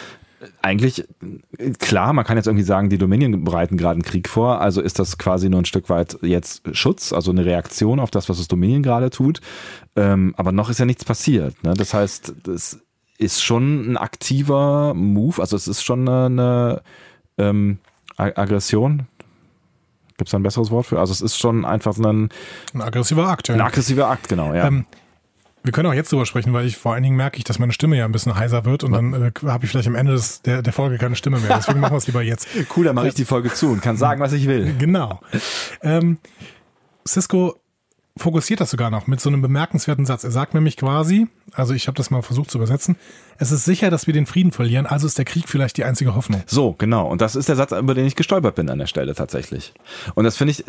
Speaker 1: Eigentlich, klar, man kann jetzt irgendwie sagen, die Dominion bereiten gerade einen Krieg vor, also ist das quasi nur ein Stück weit jetzt Schutz, also eine Reaktion auf das, was das Dominion gerade tut. Aber noch ist ja nichts passiert. Ne? Das heißt, das ist schon ein aktiver Move, also es ist schon eine Aggression. Gibt es da ein besseres Wort für? Also es ist schon einfach ein
Speaker 2: aggressiver Akt. Ja.
Speaker 1: Ein aggressiver Akt, genau, ja.
Speaker 2: Wir können auch jetzt drüber sprechen, weil vor allen Dingen merke ich, dass meine Stimme ja ein bisschen heiser wird und dann habe ich vielleicht am Ende der Folge keine Stimme mehr. Deswegen machen wir es lieber jetzt.
Speaker 1: Cool, dann mache ich die Folge zu und kann sagen, was ich will.
Speaker 2: Genau. Sisko fokussiert das sogar noch mit so einem bemerkenswerten Satz. Er sagt nämlich quasi, also ich habe das mal versucht zu übersetzen, es ist sicher, dass wir den Frieden verlieren, also ist der Krieg vielleicht die einzige Hoffnung.
Speaker 1: So, genau. Und das ist der Satz, über den ich gestolpert bin an der Stelle tatsächlich. Und das finde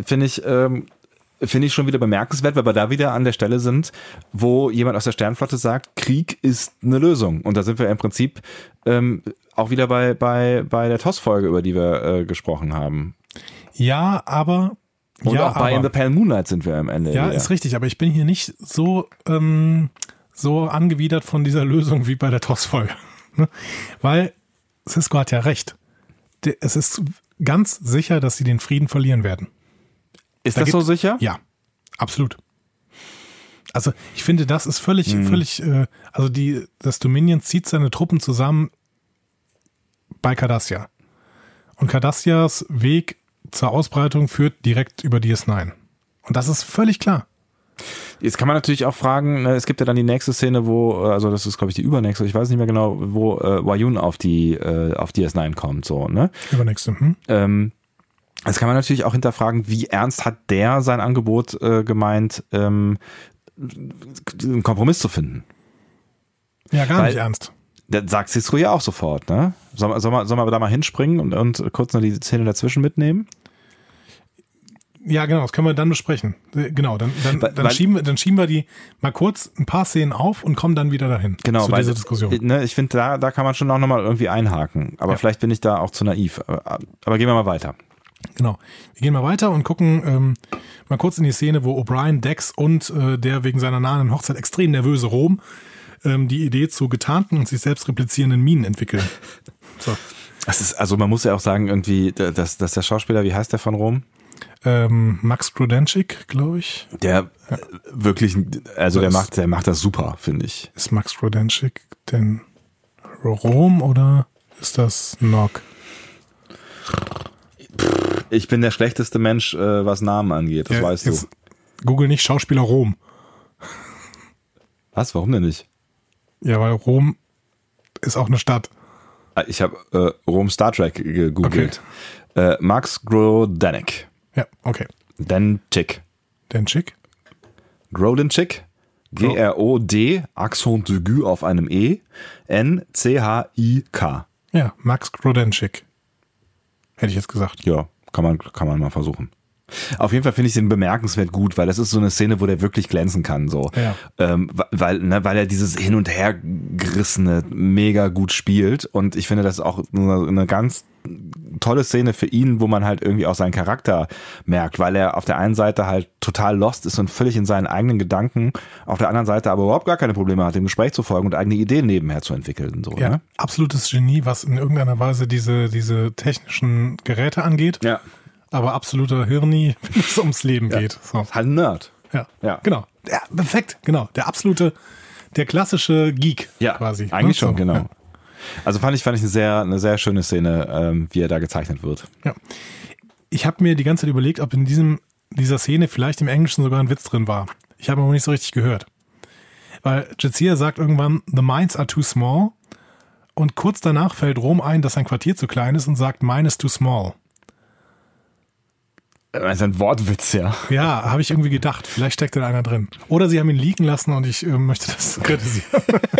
Speaker 1: ich schon wieder bemerkenswert, weil wir da wieder an der Stelle sind, wo jemand aus der Sternflotte sagt, Krieg ist eine Lösung. Und da sind wir im Prinzip auch wieder bei der TOS-Folge, über die wir gesprochen haben.
Speaker 2: Ja, aber...
Speaker 1: Und auch bei In the Pale Moonlight sind wir am Ende.
Speaker 2: Ja, wieder. Ist richtig, aber ich bin hier nicht so angewidert von dieser Lösung wie bei der TOS-Folge. Weil Sisko hat ja recht. Es ist ganz sicher, dass sie den Frieden verlieren werden.
Speaker 1: Ist das so sicher?
Speaker 2: Ja, absolut. Also ich finde, das ist völlig, also das Dominion zieht seine Truppen zusammen bei Cardassia. Und Cardassias Weg zur Ausbreitung führt direkt über DS9. Und das ist völlig klar.
Speaker 1: Jetzt kann man natürlich auch fragen, es gibt ja dann die nächste Szene, wo, also das ist glaube ich die übernächste, ich weiß nicht mehr genau, wo Wayun auf DS9 kommt, so, ne?
Speaker 2: Übernächste,
Speaker 1: Das kann man natürlich auch hinterfragen, wie ernst hat der sein Angebot gemeint, einen Kompromiss zu finden?
Speaker 2: Ja, gar nicht ernst.
Speaker 1: Das sagt Sisko ja auch sofort, ne? Sollen wir da mal hinspringen und kurz noch die Szene dazwischen mitnehmen?
Speaker 2: Ja, genau, das können wir dann besprechen. Genau, dann schieben wir die mal kurz ein paar Szenen auf und kommen dann wieder dahin.
Speaker 1: Genau,
Speaker 2: zu dieser Diskussion.
Speaker 1: Ne, ich finde, da kann man schon auch nochmal irgendwie einhaken. Aber vielleicht bin ich da auch zu naiv. Aber gehen wir mal weiter.
Speaker 2: Genau. Wir gehen mal weiter und gucken mal kurz in die Szene, wo O'Brien, Dex und der wegen seiner nahen Hochzeit extrem nervöse Rom die Idee zu getarnten und sich selbst replizierenden Minen entwickeln. So.
Speaker 1: Das ist, also man muss ja auch sagen, irgendwie, dass der Schauspieler, wie heißt der von Rom?
Speaker 2: Max Grodenchik, glaube ich.
Speaker 1: Der wirklich, also der macht das super, finde ich.
Speaker 2: Ist Max Grodenchik denn Rom oder ist das Nog?
Speaker 1: Ich bin der schlechteste Mensch, was Namen angeht, das weißt du.
Speaker 2: Google nicht Schauspieler Rom.
Speaker 1: Was? Warum denn nicht?
Speaker 2: Ja, weil Rom ist auch eine Stadt.
Speaker 1: Ich habe Rom Star Trek gegoogelt. Okay. Max Grodenchik.
Speaker 2: Ja, okay.
Speaker 1: Denchik. Grodenchik. G-R-O-D, Accent aigu auf einem E, N-C-H-I-K.
Speaker 2: Ja, Max Grodenchik. Hätte ich jetzt gesagt.
Speaker 1: Ja, kann man mal versuchen. Auf jeden Fall finde ich den bemerkenswert gut, weil das ist so eine Szene, wo der wirklich glänzen kann, so.
Speaker 2: Ja.
Speaker 1: Weil er dieses Hin- und Hergerissene mega gut spielt und ich finde, das ist auch eine ganz tolle Szene für ihn, wo man halt irgendwie auch seinen Charakter merkt, weil er auf der einen Seite halt total lost ist und völlig in seinen eigenen Gedanken, auf der anderen Seite aber überhaupt gar keine Probleme hat, dem Gespräch zu folgen und eigene Ideen nebenher zu entwickeln. So,
Speaker 2: ja,
Speaker 1: ne?
Speaker 2: Absolutes Genie, was in irgendeiner Weise diese technischen Geräte angeht.
Speaker 1: Ja.
Speaker 2: Aber absoluter Hirni, wenn es ums Leben geht. So.
Speaker 1: Halt ein Nerd.
Speaker 2: Ja, genau. Ja, perfekt, genau. Der klassische Geek quasi.
Speaker 1: Eigentlich schon, genau. Ja. Also fand ich eine sehr schöne Szene, wie er da gezeichnet wird.
Speaker 2: Ja. Ich habe mir die ganze Zeit überlegt, ob in dieser Szene vielleicht im Englischen sogar ein Witz drin war. Ich habe aber nicht so richtig gehört. Weil Jadzia sagt irgendwann, the mines are too small. Und kurz danach fällt Rom ein, dass sein Quartier zu klein ist und sagt, mine is too small.
Speaker 1: Das ist ein Wortwitz, ja.
Speaker 2: Ja, habe ich irgendwie gedacht. Vielleicht steckt da einer drin. Oder sie haben ihn liegen lassen und ich möchte das kritisieren.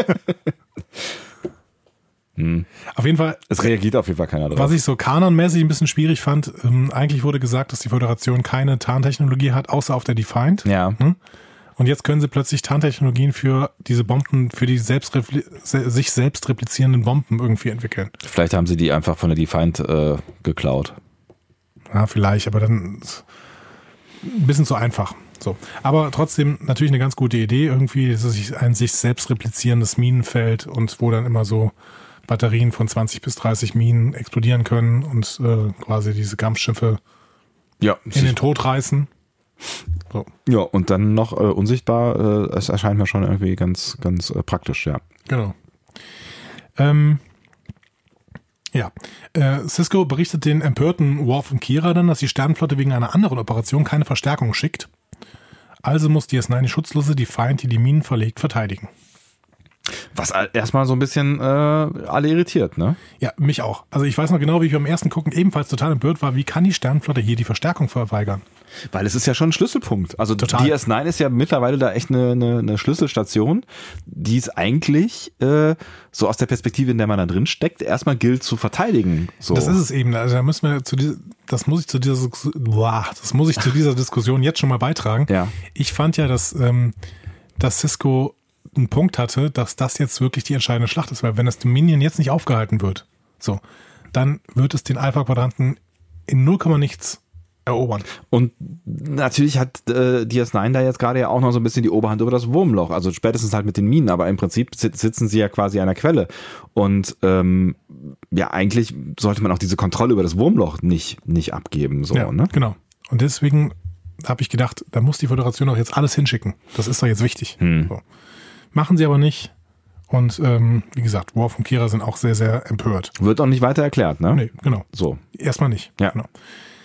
Speaker 2: Auf jeden Fall.
Speaker 1: Es reagiert auf jeden Fall keiner drauf.
Speaker 2: Was ich so kanonmäßig ein bisschen schwierig fand, eigentlich wurde gesagt, dass die Föderation keine Tarntechnologie hat, außer auf der Defiant.
Speaker 1: Ja.
Speaker 2: Und jetzt können sie plötzlich Tarntechnologien für diese Bomben, für die sich selbst replizierenden Bomben irgendwie entwickeln.
Speaker 1: Vielleicht haben sie die einfach von der Defiant geklaut.
Speaker 2: Ja, vielleicht, aber dann ein bisschen zu einfach. So. Aber trotzdem natürlich eine ganz gute Idee irgendwie, dass es ein sich selbst replizierendes Minenfeld und wo dann immer so Batterien von 20 bis 30 Minen explodieren können und quasi diese Kampfschiffe in den Tod reißen. So.
Speaker 1: Ja, und dann noch unsichtbar, es erscheint mir schon irgendwie ganz, ganz praktisch, ja.
Speaker 2: Genau. Sisko berichtet den empörten Worf und Kira dann, dass die Sternenflotte wegen einer anderen Operation keine Verstärkung schickt. Also muss DS9 die Schutzlose, die Feind, die Minen verlegt, verteidigen.
Speaker 1: Was erstmal so ein bisschen alle irritiert, ne?
Speaker 2: Ja, mich auch. Also ich weiß noch genau, wie ich beim ersten Gucken ebenfalls total empört war, wie kann die Sternenflotte hier die Verstärkung verweigern?
Speaker 1: Weil es ist ja schon ein Schlüsselpunkt. Also
Speaker 2: total.
Speaker 1: DS9 ist ja mittlerweile da echt eine Schlüsselstation, die es eigentlich so aus der Perspektive, in der man da drin steckt, erstmal gilt zu verteidigen. So.
Speaker 2: Das ist es eben. Also da müssen wir das muss ich zu dieser Diskussion jetzt schon mal beitragen.
Speaker 1: Ja.
Speaker 2: Ich fand ja, dass Sisko einen Punkt hatte, dass das jetzt wirklich die entscheidende Schlacht ist, weil wenn das Dominion jetzt nicht aufgehalten wird, so, dann wird es den Alpha-Quadranten in 0, nichts erobern.
Speaker 1: Und natürlich hat DS9 da jetzt gerade ja auch noch so ein bisschen die Oberhand über das Wurmloch, also spätestens halt mit den Minen, aber im Prinzip sitzen sie ja quasi an der Quelle und eigentlich sollte man auch diese Kontrolle über das Wurmloch nicht abgeben. So,
Speaker 2: ja,
Speaker 1: ne?
Speaker 2: Genau. Und deswegen habe ich gedacht, da muss die Föderation auch jetzt alles hinschicken. Das ist doch jetzt wichtig. So. Machen sie aber nicht. Und wie gesagt, Worf und Kira sind auch sehr, sehr empört.
Speaker 1: Wird auch nicht weiter erklärt, ne?
Speaker 2: Nee, genau.
Speaker 1: So.
Speaker 2: Erstmal nicht.
Speaker 1: Ja.
Speaker 2: Genau.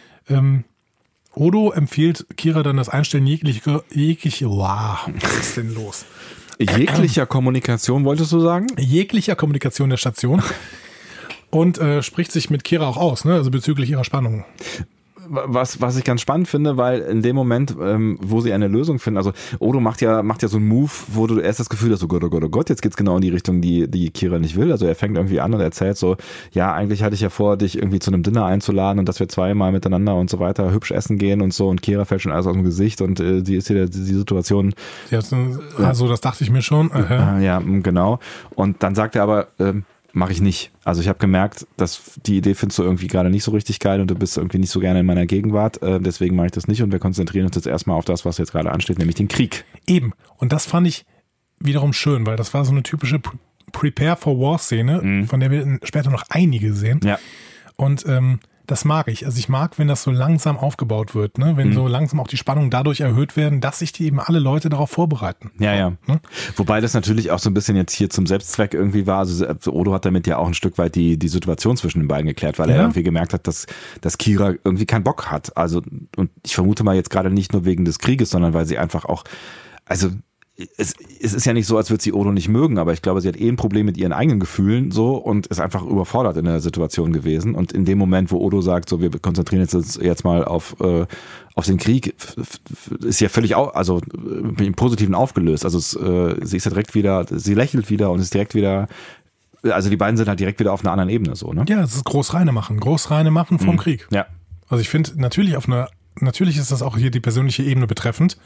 Speaker 2: Odo empfiehlt Kira dann das Einstellen jeglicher was ist denn los?
Speaker 1: Jeglicher Kommunikation, wolltest du sagen?
Speaker 2: Jeglicher Kommunikation der Station. Und spricht sich mit Kira auch aus, ne? Also bezüglich ihrer Spannung.
Speaker 1: Was ich ganz spannend finde, weil in dem Moment, wo sie eine Lösung finden, also Odo macht ja so einen Move, wo du erst das Gefühl hast, oh Gott, jetzt geht's genau in die Richtung, die Kira nicht will. Also er fängt irgendwie an und erzählt so, ja, eigentlich hatte ich ja vor, dich irgendwie zu einem Dinner einzuladen und dass wir zweimal miteinander und so weiter hübsch essen gehen und so, und Kira fällt schon alles aus dem Gesicht und die ist hier die Situation.
Speaker 2: Also das dachte ich mir schon.
Speaker 1: Ja, genau. Und dann sagt er aber, mache ich nicht. Also ich habe gemerkt, dass die Idee findest du irgendwie gerade nicht so richtig geil und du bist irgendwie nicht so gerne in meiner Gegenwart. Deswegen mache ich das nicht und wir konzentrieren uns jetzt erstmal auf das, was jetzt gerade ansteht, nämlich den Krieg.
Speaker 2: Eben. Und das fand ich wiederum schön, weil das war so eine typische Prepare-for-War-Szene, von der wir später noch einige sehen.
Speaker 1: Ja.
Speaker 2: Und das mag ich. Also ich mag, wenn das so langsam aufgebaut wird, ne? Wenn so langsam auch die Spannungen dadurch erhöht werden, dass sich die eben alle Leute darauf vorbereiten.
Speaker 1: Ja.
Speaker 2: Ne?
Speaker 1: Wobei das natürlich auch so ein bisschen jetzt hier zum Selbstzweck irgendwie war. Also Odo hat damit ja auch ein Stück weit die Situation zwischen den beiden geklärt, weil er irgendwie gemerkt hat, dass Kira irgendwie keinen Bock hat. Also, und ich vermute mal jetzt gerade nicht nur wegen des Krieges, sondern weil sie einfach auch, also es ist ja nicht so, als würde sie Odo nicht mögen, aber ich glaube, sie hat ein Problem mit ihren eigenen Gefühlen so und ist einfach überfordert in der Situation gewesen. Und in dem Moment, wo Odo sagt, so wir konzentrieren jetzt mal auf den Krieg, ist ja völlig im Positiven aufgelöst. Also sie ist ja direkt wieder, sie lächelt wieder und ist direkt wieder, also die beiden sind halt direkt wieder auf einer anderen Ebene so, ne?
Speaker 2: Ja, es ist großreine machen vom Krieg.
Speaker 1: Ja.
Speaker 2: Also ich finde, natürlich ist das auch hier die persönliche Ebene betreffend.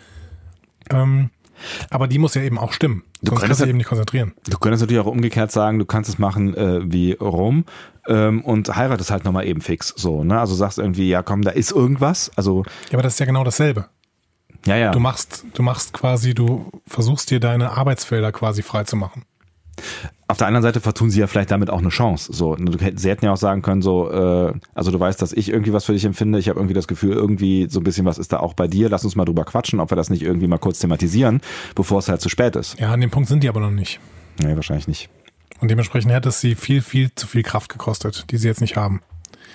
Speaker 2: Aber die muss ja eben auch stimmen. Sonst kannst du eben nicht konzentrieren.
Speaker 1: Du könntest natürlich auch umgekehrt sagen, du kannst es machen wie Rom und heiratest halt nochmal eben fix. So, ne? Also sagst irgendwie, ja komm, da ist irgendwas. Also,
Speaker 2: ja, aber das ist ja genau dasselbe.
Speaker 1: Ja.
Speaker 2: Du machst quasi, du versuchst dir deine Arbeitsfelder quasi frei zu machen.
Speaker 1: Auf der anderen Seite vertun sie ja vielleicht damit auch eine Chance. So, sie hätten ja auch sagen können, so, also du weißt, dass ich irgendwie was für dich empfinde, ich habe irgendwie das Gefühl, irgendwie so ein bisschen was ist da auch bei dir, lass uns mal drüber quatschen, ob wir das nicht irgendwie mal kurz thematisieren, bevor es halt zu spät ist.
Speaker 2: Ja, an dem Punkt sind die aber noch nicht.
Speaker 1: Nee, wahrscheinlich nicht.
Speaker 2: Und dementsprechend hätte es sie viel, viel zu viel Kraft gekostet, die sie jetzt nicht haben.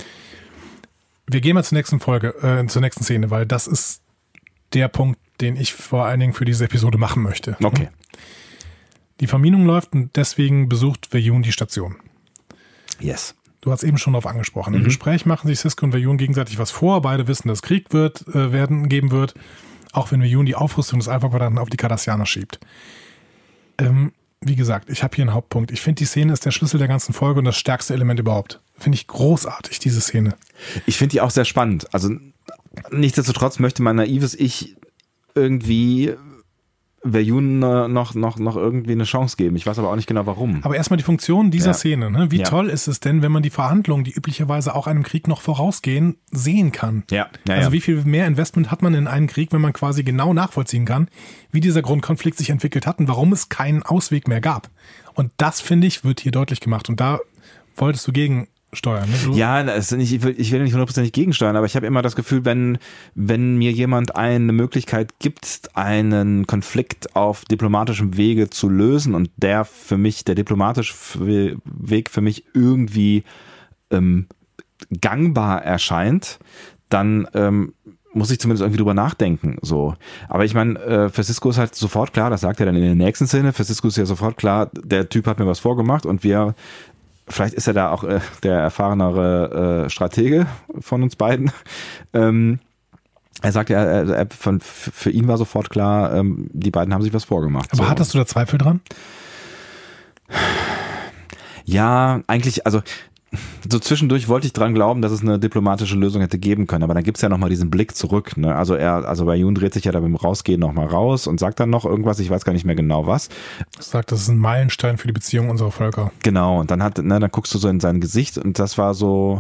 Speaker 2: Wir gehen mal zur nächsten zur nächsten Szene, weil das ist der Punkt, den ich vor allen Dingen für diese Episode machen möchte.
Speaker 1: Okay.
Speaker 2: Die Verminung läuft und deswegen besucht Veyun die Station.
Speaker 1: Yes.
Speaker 2: Du hast eben schon darauf angesprochen. Im Gespräch machen sich Sisko und Veyun gegenseitig was vor. Beide wissen, dass Krieg geben wird, auch wenn Veyun die Aufrüstung des Alpha-Quadranten auf die Cardassianer schiebt. Wie gesagt, ich habe hier einen Hauptpunkt. Ich finde, die Szene ist der Schlüssel der ganzen Folge und das stärkste Element überhaupt. Finde ich großartig, diese Szene.
Speaker 1: Ich finde die auch sehr spannend. Also nichtsdestotrotz möchte mein naives Ich irgendwie Verjun noch irgendwie eine Chance geben. Ich weiß aber auch nicht genau, warum.
Speaker 2: Aber erstmal die Funktion dieser Szene. Ne? Wie toll ist es denn, wenn man die Verhandlungen, die üblicherweise auch einem Krieg noch vorausgehen, sehen kann? Also wie viel mehr Investment hat man in einen Krieg, wenn man quasi genau nachvollziehen kann, wie dieser Grundkonflikt sich entwickelt hat und warum es keinen Ausweg mehr gab. Und das, finde ich, wird hier deutlich gemacht. Und da wolltest du gegensteuern. Ne?
Speaker 1: Ja, ich will nicht 100% gegensteuern, aber ich habe immer das Gefühl, wenn mir jemand eine Möglichkeit gibt, einen Konflikt auf diplomatischem Wege zu lösen und der diplomatische Weg für mich irgendwie gangbar erscheint, dann muss ich zumindest irgendwie drüber nachdenken. So. Aber ich meine, für Sisko ist halt sofort klar, das sagt er dann in der nächsten Szene, für Sisko ist ja sofort klar, der Typ hat mir was vorgemacht und vielleicht ist er da auch der erfahrenere Stratege von uns beiden. Er sagt ja, für ihn war sofort klar, die beiden haben sich was vorgemacht.
Speaker 2: Aber hattest du da Zweifel dran?
Speaker 1: Ja, eigentlich, also so zwischendurch wollte ich dran glauben, dass es eine diplomatische Lösung hätte geben können, aber dann gibt's ja nochmal diesen Blick zurück. Ne? Also Verjun dreht sich ja da beim Rausgehen nochmal raus und sagt dann noch irgendwas, ich weiß gar nicht mehr genau was.
Speaker 2: Sagt, das ist ein Meilenstein für die Beziehung unserer Völker.
Speaker 1: Genau, und dann dann guckst du so in sein Gesicht und das war so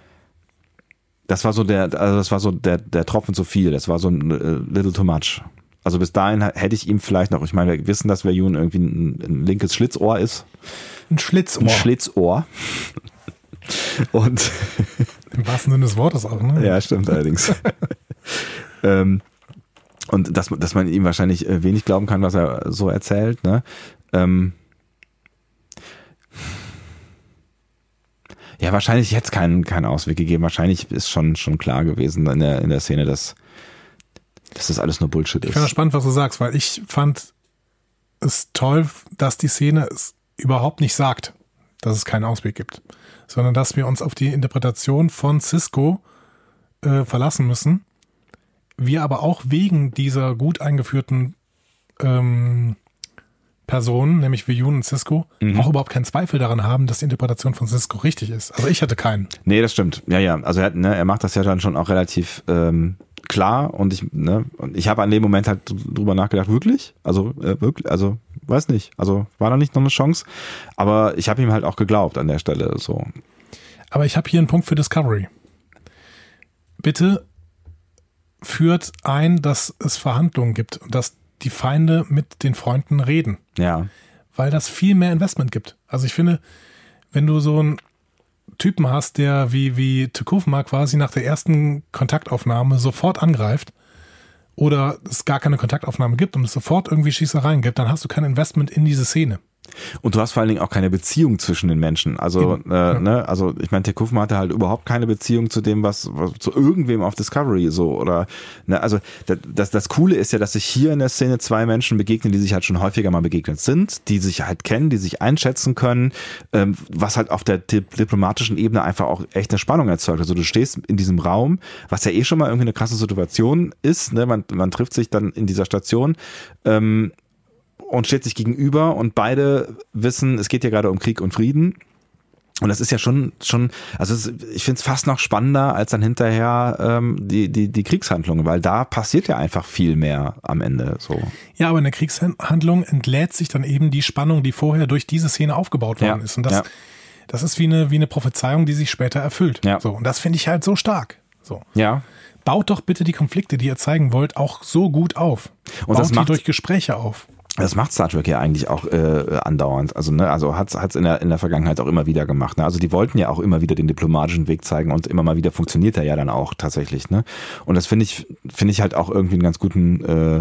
Speaker 1: der Tropfen zu viel, das war so ein little too much. Also bis dahin hätte ich ihm vielleicht noch, ich meine, wir wissen, dass Verjun irgendwie ein linkes Schlitzohr ist.
Speaker 2: Ein Schlitzohr.
Speaker 1: Ein Schlitzohr. Und
Speaker 2: im wahrsten Sinne des Wortes auch, ne?
Speaker 1: Ja, stimmt allerdings. Und dass man ihm wahrscheinlich wenig glauben kann, was er so erzählt, ne? Ja, wahrscheinlich hätte es keinen Ausweg gegeben. Wahrscheinlich ist schon klar gewesen in der Szene, dass das alles nur Bullshit ist.
Speaker 2: Ich finde das spannend, was du sagst, weil ich fand es toll, dass die Szene es überhaupt nicht sagt, dass es keinen Ausweg gibt, sondern dass wir uns auf die Interpretation von Sisko verlassen müssen. Wir aber auch wegen dieser gut eingeführten Personen, nämlich Verjun und Sisko, auch überhaupt keinen Zweifel daran haben, dass die Interpretation von Sisko richtig ist. Also ich hatte keinen.
Speaker 1: Nee, das stimmt. Ja. Also er macht das ja dann schon auch relativ klar und ich habe an dem Moment halt drüber nachgedacht, wirklich? Also weiß nicht. Also war da nicht noch eine Chance, aber ich habe ihm halt auch geglaubt an der Stelle so.
Speaker 2: Aber ich habe hier einen Punkt für Discovery. Bitte führt ein, dass es Verhandlungen gibt und dass die Feinde mit den Freunden reden.
Speaker 1: Ja.
Speaker 2: Weil das viel mehr Investment gibt. Also ich finde, wenn du so einen Typen hast, der wie T'Kuvma quasi nach der ersten Kontaktaufnahme sofort angreift oder es gar keine Kontaktaufnahme gibt und es sofort irgendwie Schießereien gibt, dann hast du kein Investment in diese Szene.
Speaker 1: Und du hast vor allen Dingen auch keine Beziehung zwischen den Menschen. Also, also ich meine, T'Kuvma hatte halt überhaupt keine Beziehung zu dem, was zu irgendwem auf Discovery so oder also das Coole ist ja, dass sich hier in der Szene zwei Menschen begegnen, die sich halt schon häufiger mal begegnet sind, die sich halt kennen, die sich einschätzen können, was halt auf der diplomatischen Ebene einfach auch echt eine Spannung erzeugt. Also du stehst in diesem Raum, was ja schon mal irgendwie eine krasse Situation ist, ne? Man trifft sich dann in dieser Station, und steht sich gegenüber und beide wissen, es geht ja gerade um Krieg und Frieden. Und das ist ja schon, also ich finde es fast noch spannender als dann hinterher die Kriegshandlungen, weil da passiert ja einfach viel mehr am Ende. So.
Speaker 2: Ja, aber in der Kriegshandlung entlädt sich dann eben die Spannung, die vorher durch diese Szene aufgebaut worden ist. Und das ist wie eine Prophezeiung, die sich später erfüllt.
Speaker 1: Ja.
Speaker 2: So, und das finde ich halt so stark. So.
Speaker 1: Ja.
Speaker 2: Baut doch bitte die Konflikte, die ihr zeigen wollt, auch so gut auf.
Speaker 1: Und
Speaker 2: baut die durch Gespräche auf.
Speaker 1: Das macht Star Trek ja eigentlich auch andauernd. Also hat's in der Vergangenheit auch immer wieder gemacht. Ne? Also die wollten ja auch immer wieder den diplomatischen Weg zeigen und immer mal wieder funktioniert er ja dann auch tatsächlich. Ne? Und das finde ich halt auch irgendwie einen ganz guten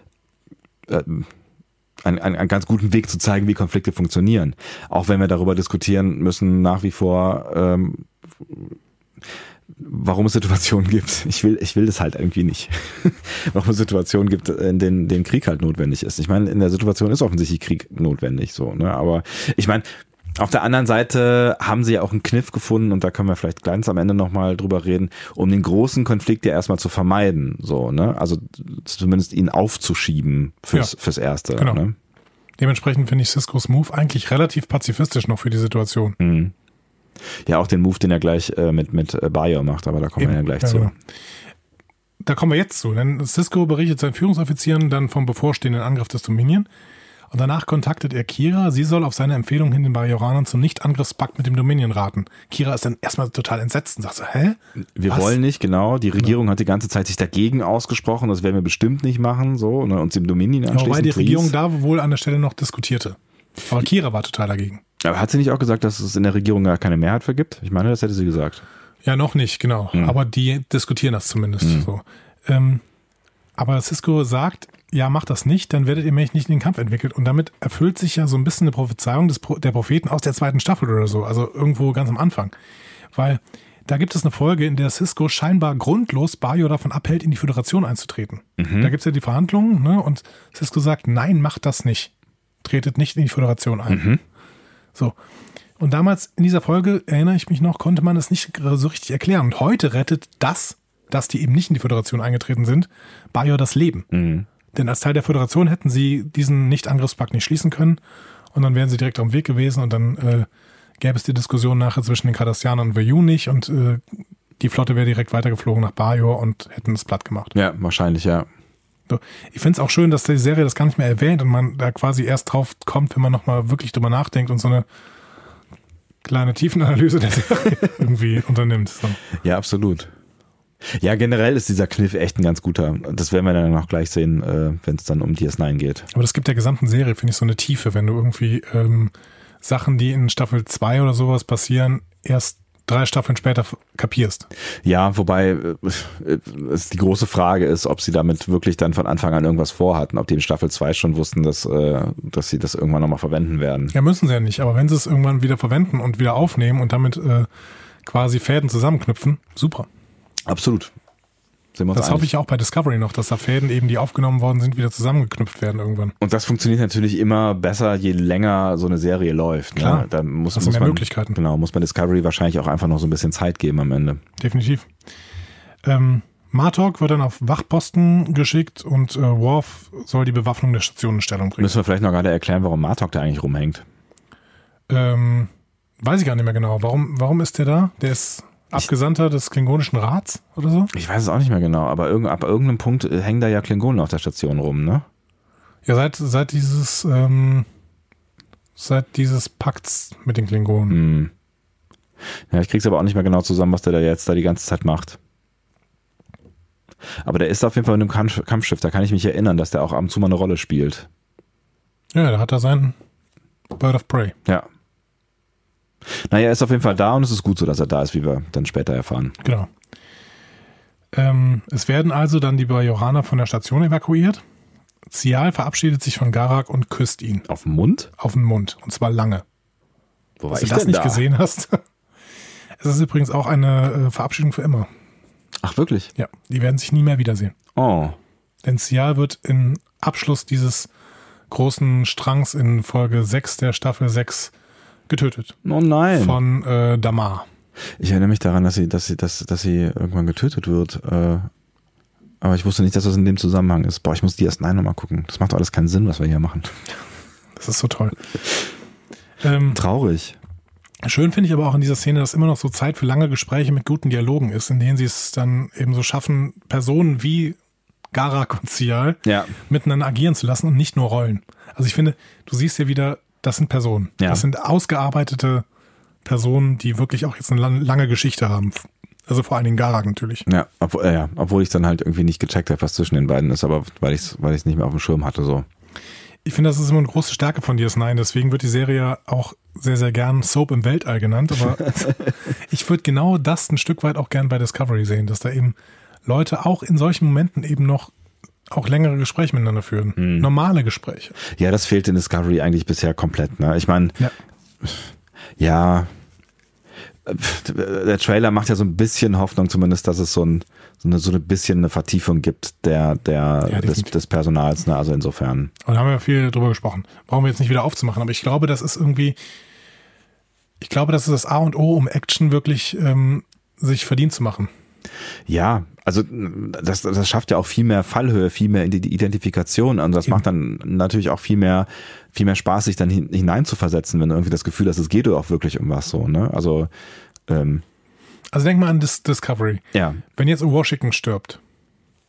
Speaker 1: einen ganz guten Weg zu zeigen, wie Konflikte funktionieren. Auch wenn wir darüber diskutieren müssen nach wie vor, warum es Situationen gibt. Ich will das halt irgendwie nicht. Warum es Situationen gibt, in denen den Krieg halt notwendig ist. Ich meine, in der Situation ist offensichtlich Krieg notwendig, so, ne? Aber ich meine, auf der anderen Seite haben sie ja auch einen Kniff gefunden, und da können wir vielleicht ganz am Ende nochmal drüber reden, um den großen Konflikt ja erstmal zu vermeiden, so, ne? Also zumindest ihn aufzuschieben fürs Erste.
Speaker 2: Genau.
Speaker 1: Ne?
Speaker 2: Dementsprechend finde ich Siskos Move eigentlich relativ pazifistisch noch für die Situation.
Speaker 1: Mhm. Ja, auch den Move, den er gleich mit Bayo macht, aber da kommen wir ja gleich zu. Genau.
Speaker 2: da kommen wir jetzt zu. Denn Sisko berichtet seinen Führungsoffizieren dann vom bevorstehenden Angriff des Dominion. Und danach kontaktet er Kira. Sie soll auf seine Empfehlung hin den Bajoranern zum Nicht-Angriffspakt mit dem Dominion raten. Kira ist dann erstmal total entsetzt und sagt so, hä?
Speaker 1: Wir wollen nicht, genau. Die Regierung hat die ganze Zeit sich dagegen ausgesprochen. Das werden wir bestimmt nicht machen. So, und uns dem Dominion anschließen.
Speaker 2: Wobei die Regierung da wohl an der Stelle noch diskutierte. Aber Kira war total dagegen.
Speaker 1: Aber hat sie nicht auch gesagt, dass es in der Regierung gar keine Mehrheit für gibt? Ich meine, das hätte sie gesagt.
Speaker 2: Ja, noch nicht, genau. Aber die diskutieren das zumindest so. Aber Sisko sagt, ja, macht das nicht, dann werdet ihr nämlich nicht in den Kampf entwickelt. Und damit erfüllt sich ja so ein bisschen eine Prophezeiung der Propheten aus der 2. Staffel oder so. Also irgendwo ganz am Anfang. Weil da gibt es eine Folge, in der Sisko scheinbar grundlos Bajor davon abhält, in die Föderation einzutreten. Da gibt es ja die Verhandlungen, ne? Und Sisko sagt, nein, macht das nicht. Tretet nicht in die Föderation ein. So. Und damals in dieser Folge, erinnere ich mich noch, konnte man es nicht so richtig erklären. Und heute rettet das, dass die eben nicht in die Föderation eingetreten sind, Bajor das Leben. Denn als Teil der Föderation hätten sie diesen Nicht-Angriffspakt nicht schließen können und dann wären sie direkt auf dem Weg gewesen und dann gäbe es die Diskussion nachher zwischen den Cardassianern und Veyun nicht und die Flotte wäre direkt weitergeflogen nach Bajor und hätten es platt gemacht.
Speaker 1: Ja, wahrscheinlich, ja.
Speaker 2: So. Ich finde es auch schön, dass die Serie das gar nicht mehr erwähnt und man da quasi erst drauf kommt, wenn man nochmal wirklich drüber nachdenkt und so eine kleine Tiefenanalyse der Serie irgendwie unternimmt. So.
Speaker 1: Ja, absolut. Ja, generell ist dieser Kniff echt ein ganz guter. Das werden wir dann noch gleich sehen, wenn es dann um DS9 geht.
Speaker 2: Aber das gibt der gesamten Serie, finde ich, so eine Tiefe, wenn du irgendwie Sachen, die in Staffel 2 oder sowas passieren, erst 3 Staffeln später kapierst.
Speaker 1: Ja, wobei es die große Frage ist, ob sie damit wirklich dann von Anfang an irgendwas vorhatten, ob die in Staffel 2 schon wussten, dass sie das irgendwann nochmal verwenden werden.
Speaker 2: Ja, müssen sie ja nicht, aber wenn sie es irgendwann wieder verwenden und wieder aufnehmen und damit quasi Fäden zusammenknüpfen, super.
Speaker 1: Absolut.
Speaker 2: Das hoffe ich auch bei Discovery noch, dass da Fäden eben, die aufgenommen worden sind, wieder zusammengeknüpft werden irgendwann.
Speaker 1: Und das funktioniert natürlich immer besser, je länger so eine Serie läuft.
Speaker 2: Klar,
Speaker 1: ne? Da muss
Speaker 2: mehr
Speaker 1: man,
Speaker 2: Möglichkeiten.
Speaker 1: Genau, muss man Discovery wahrscheinlich auch einfach noch so ein bisschen Zeit geben am Ende.
Speaker 2: Definitiv. Martok wird dann auf Wachposten geschickt und Worf soll die Bewaffnung der Station in Stellung bringen.
Speaker 1: Müssen wir vielleicht noch gerade erklären, warum Martok da eigentlich rumhängt?
Speaker 2: Weiß ich gar nicht mehr genau. Warum ist der da? Der ist Abgesandter des Klingonischen Rats oder so?
Speaker 1: Ich weiß es auch nicht mehr genau, aber ab irgendeinem Punkt hängen da ja Klingonen auf der Station rum, ne?
Speaker 2: Ja, seit dieses Pakts mit den Klingonen.
Speaker 1: Ja, ich krieg's aber auch nicht mehr genau zusammen, was der da jetzt die ganze Zeit macht. Aber der ist auf jeden Fall in einem Kampfschiff, da kann ich mich erinnern, dass der auch ab und zu mal eine Rolle spielt.
Speaker 2: Ja, da hat er seinen Bird of Prey.
Speaker 1: Ja. Naja, er ist auf jeden Fall da und es ist gut so, dass er da ist, wie wir dann später erfahren.
Speaker 2: Genau. Es werden also dann die Bajoraner von der Station evakuiert. Cial verabschiedet sich von Garak und küsst ihn.
Speaker 1: Auf den Mund?
Speaker 2: Auf den Mund. Und zwar lange.
Speaker 1: Wo war
Speaker 2: Dass
Speaker 1: ich
Speaker 2: du das
Speaker 1: denn
Speaker 2: nicht
Speaker 1: da?
Speaker 2: gesehen hast. Es ist übrigens auch eine Verabschiedung für immer.
Speaker 1: Ach, wirklich?
Speaker 2: Ja, die werden sich nie mehr wiedersehen.
Speaker 1: Oh.
Speaker 2: Denn Cial wird im Abschluss dieses großen Strangs in Folge 6 der Staffel 6 getötet.
Speaker 1: Oh nein.
Speaker 2: Von Damar.
Speaker 1: Ich erinnere mich daran, dass sie irgendwann getötet wird. Aber ich wusste nicht, dass das in dem Zusammenhang ist. Boah, ich muss DS9 nochmal gucken. Das macht doch alles keinen Sinn, was wir hier machen.
Speaker 2: Das ist so toll.
Speaker 1: Traurig.
Speaker 2: Schön finde ich aber auch in dieser Szene, dass immer noch so Zeit für lange Gespräche mit guten Dialogen ist, in denen sie es dann eben so schaffen, Personen wie Garak und Cial miteinander agieren zu lassen und nicht nur Rollen. Also ich finde, du siehst ja wieder, das sind Personen. Ja. Das sind ausgearbeitete Personen, die wirklich auch jetzt eine lange Geschichte haben. Also vor allen Dingen Garak natürlich.
Speaker 1: Ja, obwohl ich dann halt irgendwie nicht gecheckt habe, was zwischen den beiden ist, aber weil ich es nicht mehr auf dem Schirm hatte. So.
Speaker 2: Ich finde, das ist immer eine große Stärke von DS9, deswegen wird die Serie auch sehr, sehr gern Soap im Weltall genannt, aber ich würde genau das ein Stück weit auch gern bei Discovery sehen, dass da eben Leute auch in solchen Momenten eben noch auch längere Gespräche miteinander führen. Normale Gespräche.
Speaker 1: Ja, das fehlt in Discovery eigentlich bisher komplett. Ne? Ich meine, ja, der Trailer macht ja so ein bisschen Hoffnung zumindest, dass es so ein bisschen eine Vertiefung gibt des Personals. Ne? Also insofern.
Speaker 2: Und da haben wir viel drüber gesprochen. Brauchen wir jetzt nicht wieder aufzumachen, aber ich glaube, das ist das A und O, um Action wirklich sich verdient zu machen.
Speaker 1: Ja, also das schafft ja auch viel mehr Fallhöhe, viel mehr Identifikation und das macht dann natürlich auch viel mehr Spaß, sich dann hineinzuversetzen, wenn du irgendwie das Gefühl hast, es geht auch wirklich um was so, ne? Also
Speaker 2: denk mal an Discovery.
Speaker 1: Ja.
Speaker 2: Wenn jetzt Washington stirbt,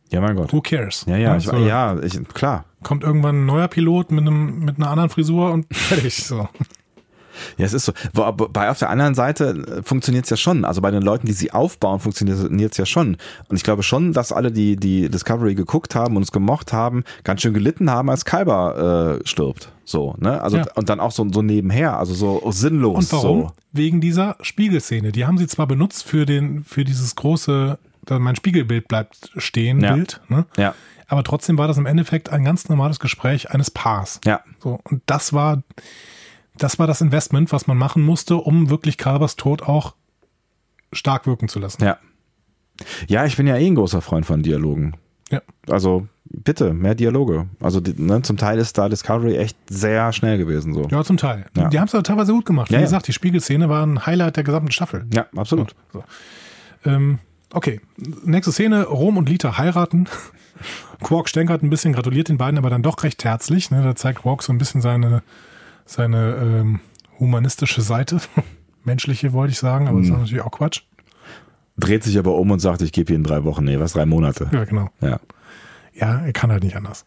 Speaker 1: Ja, mein Gott.
Speaker 2: Who cares?
Speaker 1: Ja,
Speaker 2: so.
Speaker 1: Klar.
Speaker 2: Kommt irgendwann ein neuer Pilot mit einer anderen Frisur und fertig. So.
Speaker 1: Ja, es ist so. Auf der anderen Seite funktioniert es ja schon. Also bei den Leuten, die sie aufbauen, funktioniert es ja schon. Und ich glaube schon, dass alle, die Discovery geguckt haben und es gemocht haben, ganz schön gelitten haben, als Kyber stirbt. So, ne? Also, und dann auch so nebenher, also so sinnlos.
Speaker 2: Und warum?
Speaker 1: So.
Speaker 2: Wegen dieser Spiegelszene. Die haben sie zwar benutzt für dieses große, mein Spiegelbild bleibt stehen, Bild, ne?
Speaker 1: Ja.
Speaker 2: Aber trotzdem war das im Endeffekt ein ganz normales Gespräch eines Paars.
Speaker 1: Ja.
Speaker 2: So, und das war das Investment, was man machen musste, um wirklich Kybers Tod auch stark wirken zu lassen.
Speaker 1: Ja. Ja, ich bin ja ein großer Freund von Dialogen.
Speaker 2: Ja.
Speaker 1: Also bitte, mehr Dialoge. Also zum Teil ist da Discovery echt sehr schnell gewesen. So.
Speaker 2: Ja, zum Teil.
Speaker 1: Ja.
Speaker 2: Die haben es aber teilweise gut gemacht. Wie gesagt, die Spiegelszene war ein Highlight der gesamten Staffel.
Speaker 1: Ja, absolut.
Speaker 2: So. Okay, nächste Szene, Rom und Lita heiraten. Quark stänkert ein bisschen, gratuliert den beiden, aber dann doch recht herzlich. Ne? Da zeigt Quark so ein bisschen seine humanistische Seite. Menschliche wollte ich sagen, aber das ist natürlich auch Quatsch.
Speaker 1: Dreht sich aber um und sagt, ich gebe Ihnen 3 Wochen, 3 Monate.
Speaker 2: Ja, genau.
Speaker 1: Ja,
Speaker 2: er kann halt nicht anders.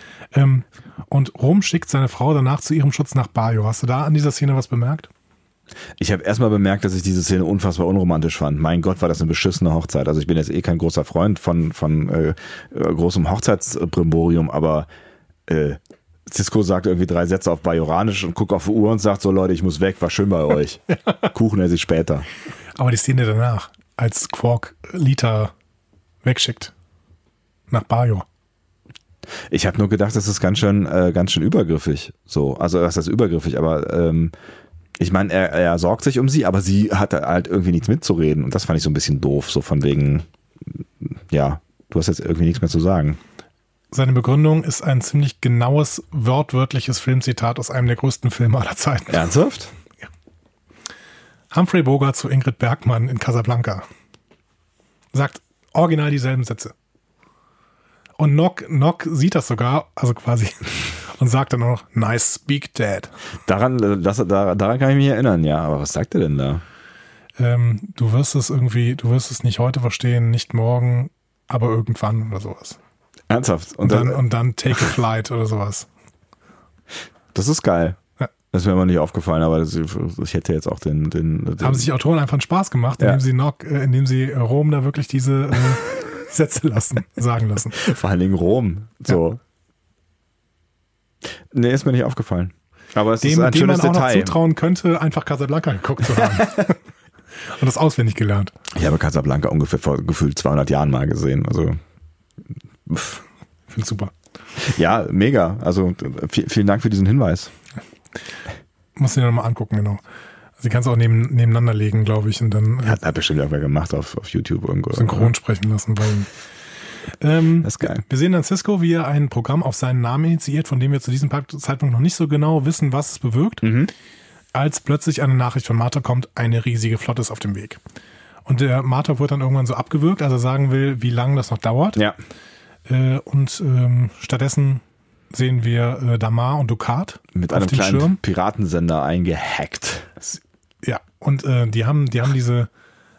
Speaker 2: Und Rom schickt seine Frau danach zu ihrem Schutz nach Bajo. Hast du da an dieser Szene was bemerkt?
Speaker 1: Ich habe erstmal bemerkt, dass ich diese Szene unfassbar unromantisch fand. Mein Gott, war das eine beschissene Hochzeit. Also ich bin jetzt kein großer Freund von großem Hochzeitsbrimborium, aber Sisko sagt irgendwie 3 Sätze auf Bajoranisch und guckt auf die Uhr und sagt so, Leute, ich muss weg, war schön bei euch. Kuchen esse ich später.
Speaker 2: Aber die Szene danach, als Quark Lita wegschickt nach Bajo.
Speaker 1: Ich habe nur gedacht, das ist ganz schön übergriffig. So, also das ist übergriffig, aber ich meine, er sorgt sich um sie, aber sie hat halt irgendwie nichts mitzureden und das fand ich so ein bisschen doof, so von wegen, ja, du hast jetzt irgendwie nichts mehr zu sagen.
Speaker 2: Seine Begründung ist ein ziemlich genaues, wortwörtliches Filmzitat aus einem der größten Filme aller Zeiten.
Speaker 1: Ernsthaft?
Speaker 2: Ja. Humphrey Bogart zu Ingrid Bergman in Casablanca. Sagt original dieselben Sätze. Und Nock sieht das sogar, also quasi, und sagt dann auch noch, nice speak, Dad.
Speaker 1: Daran kann ich mich erinnern, ja. Aber was sagt er denn da?
Speaker 2: Du wirst es nicht heute verstehen, nicht morgen, aber irgendwann oder sowas.
Speaker 1: Ernsthaft?
Speaker 2: Und dann take a flight oder sowas.
Speaker 1: Das ist geil.
Speaker 2: Ja.
Speaker 1: Das ist mir immer nicht aufgefallen, aber ich hätte jetzt auch den
Speaker 2: haben sich Autoren einfach einen Spaß gemacht, indem sie Rom da wirklich diese Sätze sagen lassen.
Speaker 1: Vor allen Dingen Rom. So. Ja. Nee, ist mir nicht aufgefallen. Aber es ist ein schönes
Speaker 2: Detail. Dem man auch noch zutrauen könnte, einfach Casablanca geguckt zu haben. Und das auswendig gelernt.
Speaker 1: Ich habe Casablanca ungefähr vor gefühlt 200 Jahren mal gesehen. Also
Speaker 2: finde super.
Speaker 1: Ja, mega. Also vielen Dank für diesen Hinweis.
Speaker 2: Muss ich dir nochmal angucken, genau. Sie kann es auch nebeneinander legen, glaube ich. Und dann
Speaker 1: hat bestimmt auch wer gemacht auf YouTube irgendwo.
Speaker 2: Synchron sprechen lassen. Das
Speaker 1: ist geil.
Speaker 2: Wir sehen dann Sisko, wie er ein Programm auf seinen Namen initiiert, von dem wir zu diesem Zeitpunkt noch nicht so genau wissen, was es bewirkt. Als plötzlich eine Nachricht von Martha kommt, eine riesige Flotte ist auf dem Weg. Und der Martha wird dann irgendwann so abgewürgt, als er sagen will, wie lange das noch dauert.
Speaker 1: Ja.
Speaker 2: Und stattdessen sehen wir Damar und Dukat
Speaker 1: mit einem kleinen Schirm. Piratensender eingehackt.
Speaker 2: Ja, und die haben diese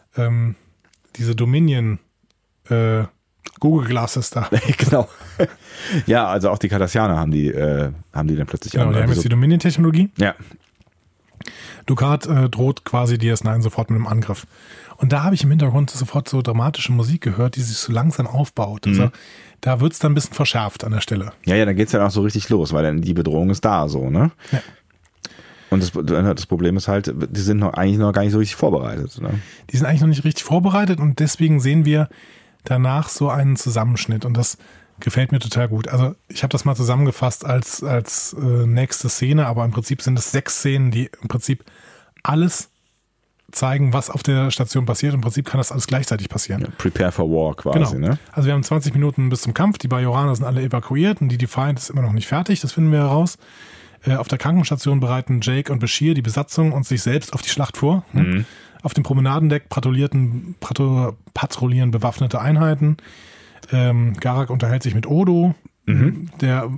Speaker 2: Dominion Google Glasses da.
Speaker 1: Genau. Ja, also auch die Cardassianer haben die dann plötzlich.
Speaker 2: Genau, die haben jetzt die Dominion-Technologie.
Speaker 1: Ja.
Speaker 2: Dukat droht quasi DS9 sofort mit einem Angriff. Und da habe ich im Hintergrund sofort so dramatische Musik gehört, die sich so langsam aufbaut. Also da wird es dann ein bisschen verschärft an der Stelle.
Speaker 1: Ja, dann geht es dann auch so richtig los, weil dann die Bedrohung ist da so, ne? Ja. Und das Problem ist halt, die sind eigentlich noch gar nicht so richtig vorbereitet. Ne?
Speaker 2: Die sind eigentlich noch nicht richtig vorbereitet und deswegen sehen wir danach so einen Zusammenschnitt und das gefällt mir total gut. Also ich habe das mal zusammengefasst als nächste Szene, aber im Prinzip sind es 6 Szenen, die im Prinzip alles zeigen, was auf der Station passiert. Im Prinzip kann das alles gleichzeitig passieren.
Speaker 1: Ja, prepare for war quasi.
Speaker 2: Genau. Ne? Also wir haben 20 Minuten bis zum Kampf. Die Bajoraner sind alle evakuiert und die Defiant ist immer noch nicht fertig. Das finden wir heraus. Auf der Krankenstation bereiten Jake und Bashir die Besatzung und sich selbst auf die Schlacht vor. Auf dem Promenadendeck patrouillieren bewaffnete Einheiten. Garak unterhält sich mit Odo. Der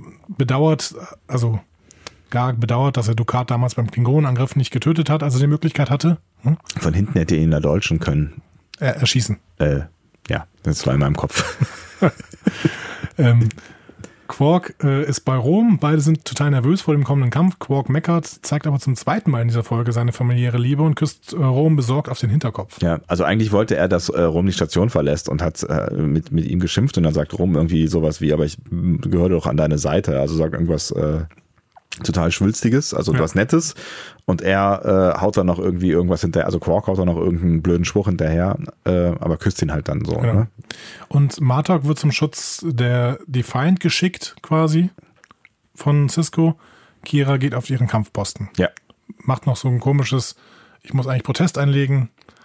Speaker 2: Garak bedauert, dass er Dukat damals beim Klingonenangriff nicht getötet hat, als er die Möglichkeit hatte.
Speaker 1: Von hinten hätte er ihn erdolchen können.
Speaker 2: Erschießen.
Speaker 1: Ja, das war in meinem Kopf.
Speaker 2: Quark ist bei Rom, beide sind total nervös vor dem kommenden Kampf. Quark meckert, zeigt aber zum zweiten Mal in dieser Folge seine familiäre Liebe und küsst Rom besorgt auf den Hinterkopf.
Speaker 1: Ja, also eigentlich wollte er, dass Rom die Station verlässt und hat mit ihm geschimpft und dann sagt Rom irgendwie sowas wie, aber ich gehöre doch an deine Seite, also sagt irgendwas total Schwülstiges, also was Nettes und er haut dann noch irgendwie irgendwas hinterher, also Quark haut dann noch irgendeinen blöden Spruch hinterher, aber küsst ihn halt dann so.
Speaker 2: Genau.
Speaker 1: Ne?
Speaker 2: Und Martok wird zum Schutz der Defiant geschickt quasi von Sisko. Kira geht auf ihren Kampfposten.
Speaker 1: Ja.
Speaker 2: Macht noch so ein komisches, ich muss eigentlich Protest einlegen,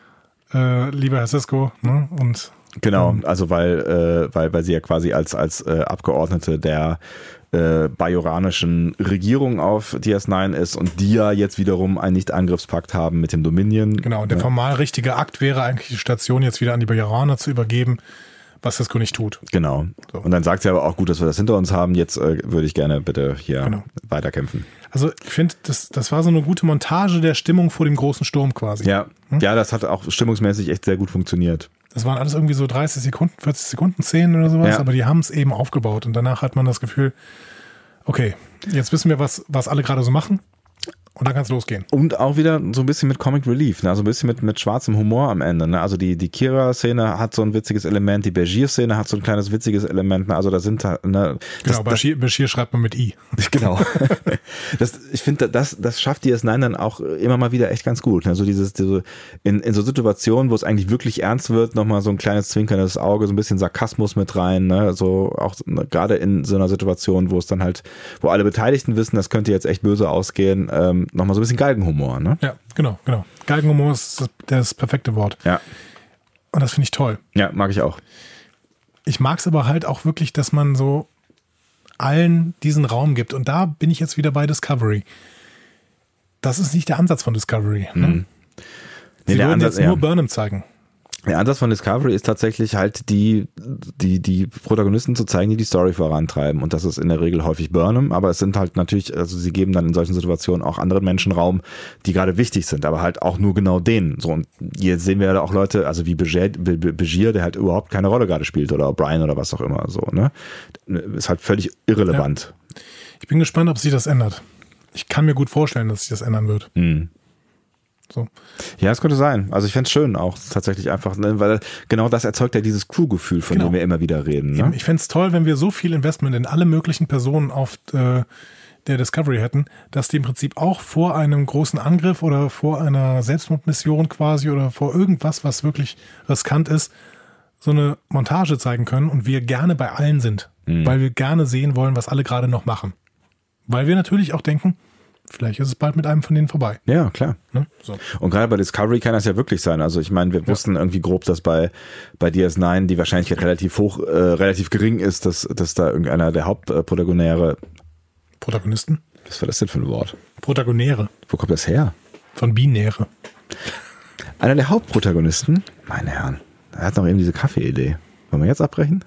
Speaker 2: lieber Herr Sisko. Ne? Und
Speaker 1: genau, also weil sie ja quasi als Abgeordnete der bajoranischen Regierung auf DS9 ist und die ja jetzt wiederum einen Nicht-Angriffspakt haben mit dem Dominion.
Speaker 2: Genau, und der formal richtige Akt wäre eigentlich, die Station jetzt wieder an die Bajoraner zu übergeben, was Sisko nicht tut.
Speaker 1: Genau. So. Und dann sagt sie aber auch, gut, dass wir das hinter uns haben, jetzt würde ich gerne bitte hier weiterkämpfen.
Speaker 2: Also ich finde, das war so eine gute Montage der Stimmung vor dem großen Sturm quasi.
Speaker 1: Ja, ja, das hat auch stimmungsmäßig echt sehr gut funktioniert.
Speaker 2: Das waren alles irgendwie so 30 Sekunden, 40 Sekunden Szenen oder sowas, aber die haben es eben aufgebaut und danach hat man das Gefühl, okay, jetzt wissen wir, was alle gerade so machen und dann kann es losgehen. Und
Speaker 1: auch wieder so ein bisschen mit Comic Relief, ne? Also ein bisschen mit schwarzem Humor am Ende. Ne? Also die Kira-Szene hat so ein witziges Element, die Bashir-Szene hat so ein kleines witziges Element. Ne? Also da sind ne,
Speaker 2: genau, Bashir schreibt man mit I.
Speaker 1: Genau. Ich finde, das schafft DS9 dann auch immer mal wieder echt ganz gut. Ne? So in so Situationen, wo es eigentlich wirklich ernst wird, nochmal so ein kleines zwinkerndes Auge, so ein bisschen Sarkasmus mit rein. Ne? So auch gerade in so einer Situation, wo es dann halt, wo alle Beteiligten wissen, das könnte jetzt echt böse ausgehen, nochmal so ein bisschen Galgenhumor, ne?
Speaker 2: Ja, genau. Galgenhumor ist das perfekte Wort.
Speaker 1: Ja.
Speaker 2: Und das finde ich toll.
Speaker 1: Ja, mag ich auch.
Speaker 2: Ich mag es aber halt auch wirklich, dass man so allen diesen Raum gibt. Und da bin ich jetzt wieder bei Discovery. Das ist nicht der Ansatz von Discovery. Ne? Sie würden jetzt nur Burnham zeigen.
Speaker 1: Der Ansatz von Discovery ist tatsächlich halt die Protagonisten zu zeigen, die Story vorantreiben. Und das ist in der Regel häufig Burnham, aber es sind halt natürlich, also sie geben dann in solchen Situationen auch anderen Menschen Raum, die gerade wichtig sind, aber halt auch nur genau denen. So, und hier sehen wir ja auch Leute, also wie Bashir, der halt überhaupt keine Rolle gerade spielt oder O'Brien oder was auch immer. So, ne? Ist halt völlig irrelevant.
Speaker 2: Ja. Ich bin gespannt, ob sich das ändert. Ich kann mir gut vorstellen, dass sich das ändern wird. So.
Speaker 1: Ja, es könnte sein. Also ich fände es schön auch tatsächlich einfach, ne, weil genau das erzeugt ja dieses Crew-Gefühl, von dem wir immer wieder reden. Ne?
Speaker 2: Ich fände es toll, wenn wir so viel Investment in alle möglichen Personen auf der Discovery hätten, dass die im Prinzip auch vor einem großen Angriff oder vor einer Selbstmordmission quasi oder vor irgendwas, was wirklich riskant ist, so eine Montage zeigen können und wir gerne bei allen sind, weil wir gerne sehen wollen, was alle gerade noch machen. Weil wir natürlich auch denken, vielleicht ist es bald mit einem von denen vorbei.
Speaker 1: Ja, klar.
Speaker 2: Ne? So.
Speaker 1: Und gerade bei Discovery kann das ja wirklich sein. Also ich meine, wir wussten irgendwie grob, dass bei DS9 die Wahrscheinlichkeit relativ gering ist, dass da irgendeiner der Hauptprotagonäre...
Speaker 2: Protagonisten?
Speaker 1: Was war das denn für ein Wort?
Speaker 2: Protagonäre.
Speaker 1: Wo kommt das her?
Speaker 2: Von Binäre.
Speaker 1: Einer der Hauptprotagonisten? Meine Herren, er hat noch eben diese Kaffee-Idee. Wollen wir jetzt abbrechen?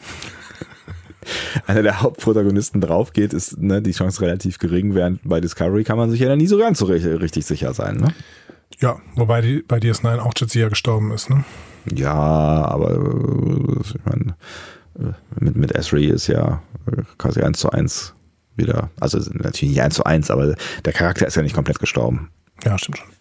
Speaker 1: Einer der Hauptprotagonisten drauf geht, ist die Chance relativ gering, während bei Discovery kann man sich ja nie so ganz so richtig sicher sein. Ne?
Speaker 2: Ja, wobei bei DS9 auch Jadzia gestorben ist. Ne?
Speaker 1: Ja, aber ich meine, mit Esri ist ja quasi 1:1 wieder, also natürlich nicht 1:1, aber der Charakter ist ja nicht komplett gestorben.
Speaker 2: Ja, stimmt schon.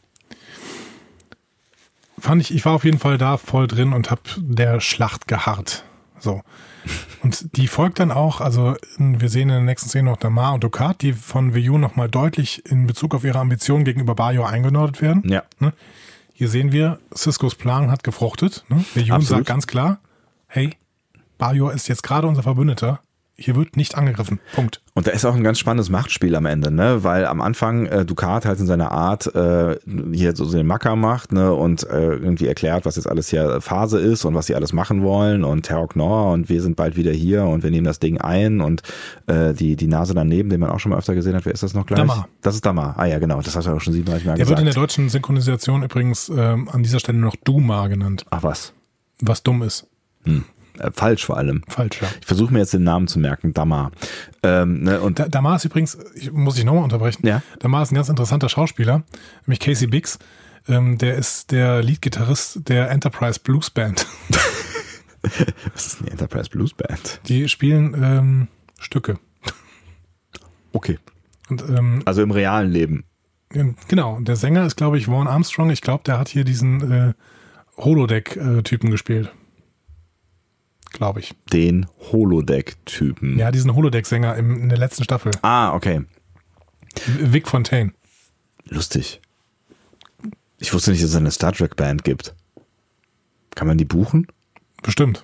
Speaker 2: Ich war auf jeden Fall da voll drin und habe der Schlacht geharrt. So. Und die folgt dann auch, also wir sehen in der nächsten Szene noch Damar und Dukat, die von Weyu nochmal deutlich in Bezug auf ihre Ambitionen gegenüber Bajor eingenordet werden.
Speaker 1: Ja.
Speaker 2: Ne? Hier sehen wir, Siskos Plan hat gefruchtet. Ne? Weyu sagt ganz klar, hey, Bajor ist jetzt gerade unser Verbündeter. Hier wird nicht angegriffen. Punkt.
Speaker 1: Und da ist auch ein ganz spannendes Machtspiel am Ende, ne? Weil am Anfang Dukat halt in seiner Art hier so den Macker macht, ne? Und irgendwie erklärt, was jetzt alles hier Phase ist und was sie alles machen wollen und Terok Nor und wir sind bald wieder hier und wir nehmen das Ding ein und die Nase daneben, den man auch schon mal öfter gesehen hat, wer ist das noch gleich?
Speaker 2: Damar.
Speaker 1: Das ist Damar. Ah ja, genau, das hast du auch schon 37 Mal gesagt.
Speaker 2: Der wird in der deutschen Synchronisation übrigens an dieser Stelle noch Dumar genannt.
Speaker 1: Ach was?
Speaker 2: Was dumm ist.
Speaker 1: Falsch vor allem.
Speaker 2: Falsch, ja.
Speaker 1: Ich versuche mir jetzt den Namen zu merken, Damar. Und
Speaker 2: Damar ist übrigens, muss ich nochmal unterbrechen,
Speaker 1: ja?
Speaker 2: Damar ist ein ganz interessanter Schauspieler, nämlich Casey Biggs. Der ist der Leadgitarrist der Enterprise Blues Band.
Speaker 1: Was ist denn die Enterprise Blues Band?
Speaker 2: Die spielen Stücke.
Speaker 1: Okay.
Speaker 2: Und,
Speaker 1: also im realen Leben.
Speaker 2: Genau. Der Sänger ist, glaube ich, Vaughn Armstrong. Ich glaube, der hat hier diesen Holodeck-Typen gespielt. Glaube ich.
Speaker 1: Den Holodeck-Typen.
Speaker 2: Ja, diesen Holodeck-Sänger in der letzten Staffel.
Speaker 1: Ah, okay.
Speaker 2: Vic Fontaine.
Speaker 1: Lustig. Ich wusste nicht, dass es eine Star Trek Band gibt. Kann man die buchen?
Speaker 2: Bestimmt.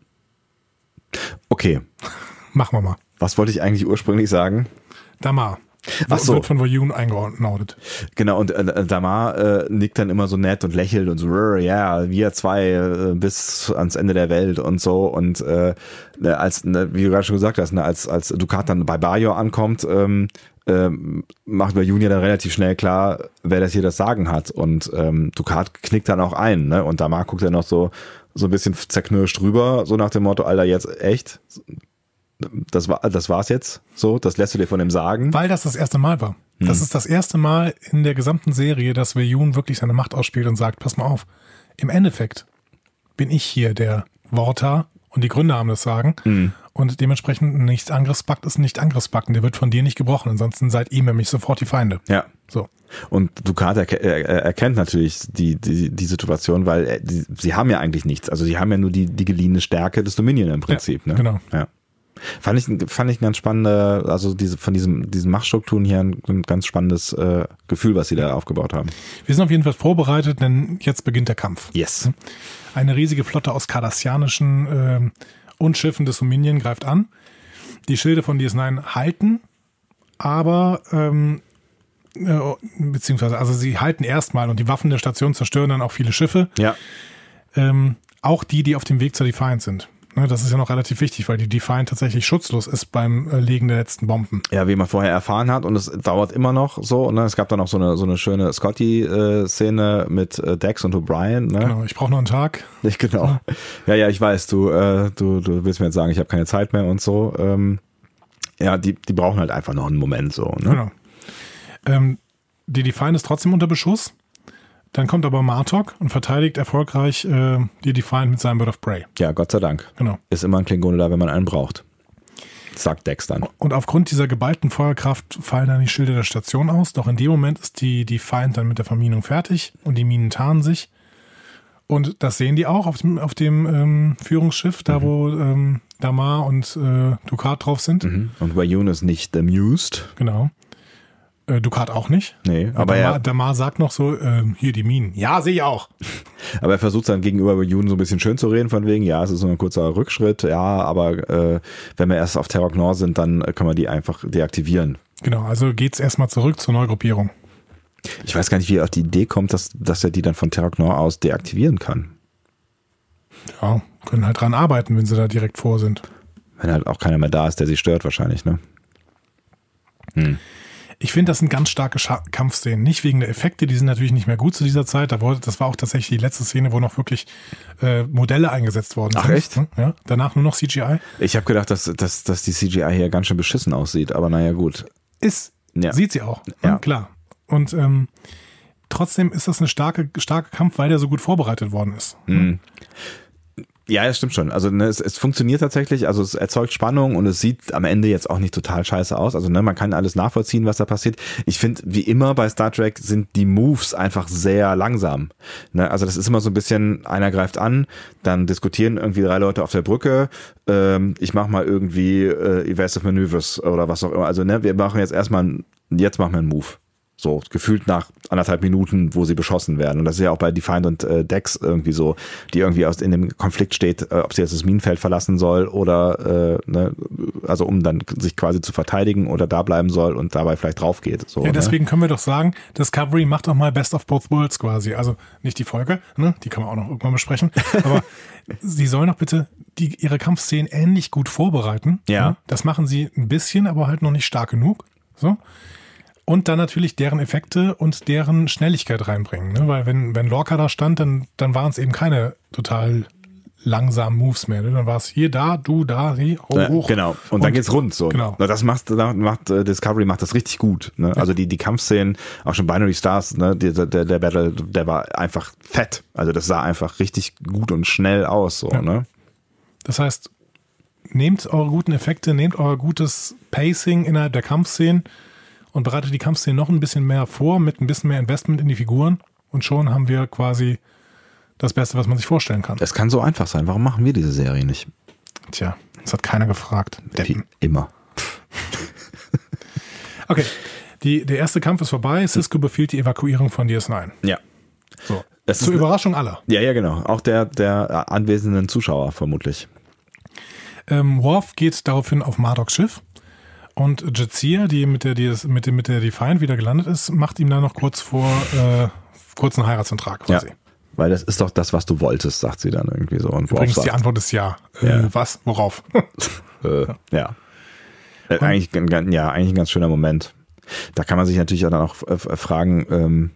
Speaker 1: Okay.
Speaker 2: Machen wir mal.
Speaker 1: Was wollte ich eigentlich ursprünglich sagen?
Speaker 2: Damar.
Speaker 1: Ach so.
Speaker 2: Wird von Voyun eingeordnet.
Speaker 1: Genau, und Damar nickt dann immer so nett und lächelt und so, ja, wir zwei bis ans Ende der Welt und so. Und wie du gerade schon gesagt hast, als Dukat dann bei Bajor ankommt, macht Voyun ja dann relativ schnell klar, wer das hier das Sagen hat. Und Dukat knickt dann auch ein, ne? Und Damar guckt dann noch so ein bisschen zerknirscht rüber, so nach dem Motto, Alter, jetzt echt? Das war's jetzt so, das lässt du dir von dem sagen.
Speaker 2: Weil das erste Mal war. Das ist das erste Mal in der gesamten Serie, dass Voyun wirklich seine Macht ausspielt und sagt, pass mal auf, im Endeffekt bin ich hier der Wortar und die Gründer haben das Sagen und dementsprechend ein Nicht-Angriffspakt ist ein Nicht-Angriffspakt und der wird von dir nicht gebrochen, ansonsten seid ihr nämlich sofort die Feinde.
Speaker 1: Ja.
Speaker 2: So.
Speaker 1: Und Dukat erkennt natürlich die Situation, weil sie haben ja eigentlich nichts, also sie haben ja nur die geliehene Stärke des Dominion im Prinzip.
Speaker 2: Ja,
Speaker 1: ne?
Speaker 2: Genau.
Speaker 1: Ja. Fand ich ein ganz spannender, also von diesen Machtstrukturen hier ein ganz spannendes Gefühl, was sie da aufgebaut haben.
Speaker 2: Wir sind auf jeden Fall vorbereitet, denn jetzt beginnt der Kampf.
Speaker 1: Yes.
Speaker 2: Eine riesige Flotte aus kardassianischen und Schiffen des Dominion greift an. Die Schilde von DS9 halten, aber beziehungsweise, also sie halten erstmal und die Waffen der Station zerstören dann auch viele Schiffe.
Speaker 1: Ja.
Speaker 2: Auch die auf dem Weg zur Defiant sind. Das ist ja noch relativ wichtig, weil die Defiant tatsächlich schutzlos ist beim Legen der letzten Bomben.
Speaker 1: Ja, wie man vorher erfahren hat, und es dauert immer noch so. Ne? Es gab dann auch so eine schöne Scotty-Szene mit Dex und O'Brien. Ne?
Speaker 2: Genau, ich brauche noch einen Tag.
Speaker 1: Genau. Ja, ich weiß, du willst mir jetzt sagen, ich habe keine Zeit mehr und so. Ja, die brauchen halt einfach noch einen Moment so. Ne?
Speaker 2: Genau. Die Defiant ist trotzdem unter Beschuss. Dann kommt aber Martok und verteidigt erfolgreich die Defiant mit seinem Bird of Prey.
Speaker 1: Ja, Gott sei Dank.
Speaker 2: Genau.
Speaker 1: Ist immer ein Klingone da, wenn man einen braucht. Sagt Dex dann.
Speaker 2: Und aufgrund dieser geballten Feuerkraft fallen dann die Schilde der Station aus. Doch in dem Moment ist die Defiant dann mit der Verminung fertig und die Minen tarnen sich. Und das sehen die auch auf dem Führungsschiff, da wo Damar und Dukat drauf sind.
Speaker 1: Und Voyun ist nicht amused.
Speaker 2: Genau. Dukat auch nicht.
Speaker 1: Nee, aber
Speaker 2: Damar sagt noch so, hier die Minen. Ja, sehe ich auch.
Speaker 1: Aber er versucht dann gegenüber Voyun so ein bisschen schön zu reden, von wegen, ja, es ist so ein kurzer Rückschritt, ja, aber wenn wir erst auf Terok Nor sind, dann können wir die einfach deaktivieren.
Speaker 2: Genau, also geht's erstmal zurück zur Neugruppierung.
Speaker 1: Ich weiß gar nicht, wie er auf die Idee kommt, dass er die dann von Terok Nor aus deaktivieren kann.
Speaker 2: Ja, können halt dran arbeiten, wenn sie da direkt vor sind.
Speaker 1: Wenn halt auch keiner mehr da ist, der sie stört wahrscheinlich, ne?
Speaker 2: Ich finde, das sind ganz starke Kampfszenen. Nicht wegen der Effekte, die sind natürlich nicht mehr gut zu dieser Zeit. Das war auch tatsächlich die letzte Szene, wo noch wirklich Modelle eingesetzt worden sind.
Speaker 1: Ach echt?
Speaker 2: Ja, danach nur noch CGI.
Speaker 1: Ich habe gedacht, dass die CGI hier ganz schön beschissen aussieht, aber naja, gut.
Speaker 2: Sieht sie auch,
Speaker 1: ja.
Speaker 2: Klar. Und trotzdem ist das eine starke Kampf, weil der so gut vorbereitet worden ist.
Speaker 1: Ja, das stimmt schon. Also es funktioniert tatsächlich, also es erzeugt Spannung und es sieht am Ende jetzt auch nicht total scheiße aus. Also man kann alles nachvollziehen, was da passiert. Ich finde, wie immer bei Star Trek sind die Moves einfach sehr langsam. Also das ist immer so ein bisschen, einer greift an, dann diskutieren irgendwie 3 Leute auf der Brücke, ich mache mal irgendwie Evasive Maneuvers oder was auch immer. Also wir machen jetzt machen wir einen Move. So, gefühlt nach 1,5 Minuten, wo sie beschossen werden. Und das ist ja auch bei Defiant und Dex irgendwie so, die irgendwie in dem Konflikt steht, ob sie jetzt das Minenfeld verlassen soll oder, also um dann sich quasi zu verteidigen oder da bleiben soll und dabei vielleicht drauf geht. So,
Speaker 2: ja, deswegen können wir doch sagen, Discovery macht doch mal Best of Both Worlds quasi. Also nicht die Folge, die kann man auch noch irgendwann besprechen, aber sie sollen doch bitte ihre Kampfszenen ähnlich gut vorbereiten.
Speaker 1: Ja.
Speaker 2: Ne? Das machen sie ein bisschen, aber halt noch nicht stark genug. So. Und dann natürlich deren Effekte und deren Schnelligkeit reinbringen. Ne? Weil wenn Lorca da stand, dann waren es eben keine total langsamen Moves mehr. Ne? Dann war es hier, da, du, da, hier, hoch.
Speaker 1: Genau. Und dann geht's rund. So.
Speaker 2: Genau.
Speaker 1: Das macht Discovery macht das richtig gut. Ne? Ja. Also die Kampfszenen, auch schon Binary Stars, ne? Der Battle, der war einfach fett. Also das sah einfach richtig gut und schnell aus. So,
Speaker 2: ja.
Speaker 1: Ne?
Speaker 2: Das heißt, nehmt eure guten Effekte, nehmt euer gutes Pacing innerhalb der Kampfszenen und bereitet die Kampfszenen noch ein bisschen mehr vor, mit ein bisschen mehr Investment in die Figuren. Und schon haben wir quasi das Beste, was man sich vorstellen kann.
Speaker 1: Es kann so einfach sein. Warum machen wir diese Serie nicht?
Speaker 2: Tja, das hat keiner gefragt.
Speaker 1: Wie immer.
Speaker 2: Okay, der erste Kampf ist vorbei. Sisko befiehlt die Evakuierung von DS9.
Speaker 1: Ja.
Speaker 2: So. Zur Überraschung aller.
Speaker 1: Ja, genau. Auch der anwesenden Zuschauer vermutlich.
Speaker 2: Worf geht daraufhin auf Mardoks Schiff und Jadzia, die mit der Defiant wieder gelandet ist, macht ihm dann noch kurz einen Heiratsantrag quasi.
Speaker 1: Ja, weil das ist doch das, was du wolltest, sagt sie dann irgendwie so. Und
Speaker 2: übrigens die Antwort ist ja. Was? Worauf?
Speaker 1: Ja. Eigentlich ein ganz schöner Moment. Da kann man sich natürlich dann auch fragen,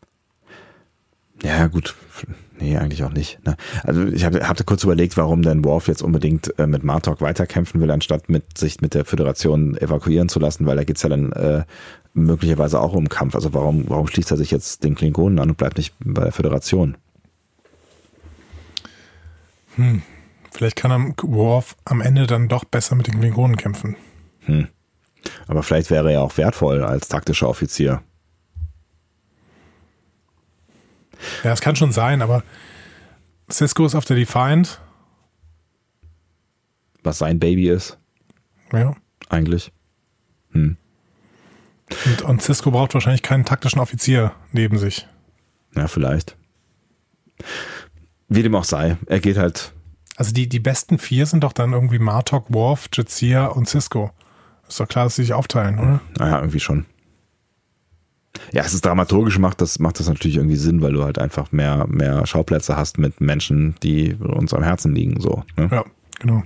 Speaker 1: ja gut, nee, eigentlich auch nicht. Ne? Also ich hatte kurz überlegt, warum denn Worf jetzt unbedingt mit Martok weiterkämpfen will, anstatt sich mit der Föderation evakuieren zu lassen, weil da geht's ja dann möglicherweise auch um Kampf. Also warum schließt er sich jetzt den Klingonen an und bleibt nicht bei der Föderation?
Speaker 2: Vielleicht kann Worf am Ende dann doch besser mit den Klingonen kämpfen.
Speaker 1: Aber vielleicht wäre er auch wertvoll als taktischer Offizier.
Speaker 2: Ja, es kann schon sein, aber Sisko ist auf der Defiant.
Speaker 1: Was sein Baby ist.
Speaker 2: Ja.
Speaker 1: Eigentlich.
Speaker 2: Und Sisko braucht wahrscheinlich keinen taktischen Offizier neben sich.
Speaker 1: Ja, vielleicht. Wie dem auch sei. Er geht halt.
Speaker 2: Also die besten 4 sind doch dann irgendwie Martok, Worf, Jadzia und Sisko. Ist doch klar, dass sie sich aufteilen, oder?
Speaker 1: Naja, irgendwie schon. Ja, es ist dramaturgisch, macht das natürlich irgendwie Sinn, weil du halt einfach mehr Schauplätze hast mit Menschen, die uns am Herzen liegen. So, ne?
Speaker 2: Ja, genau.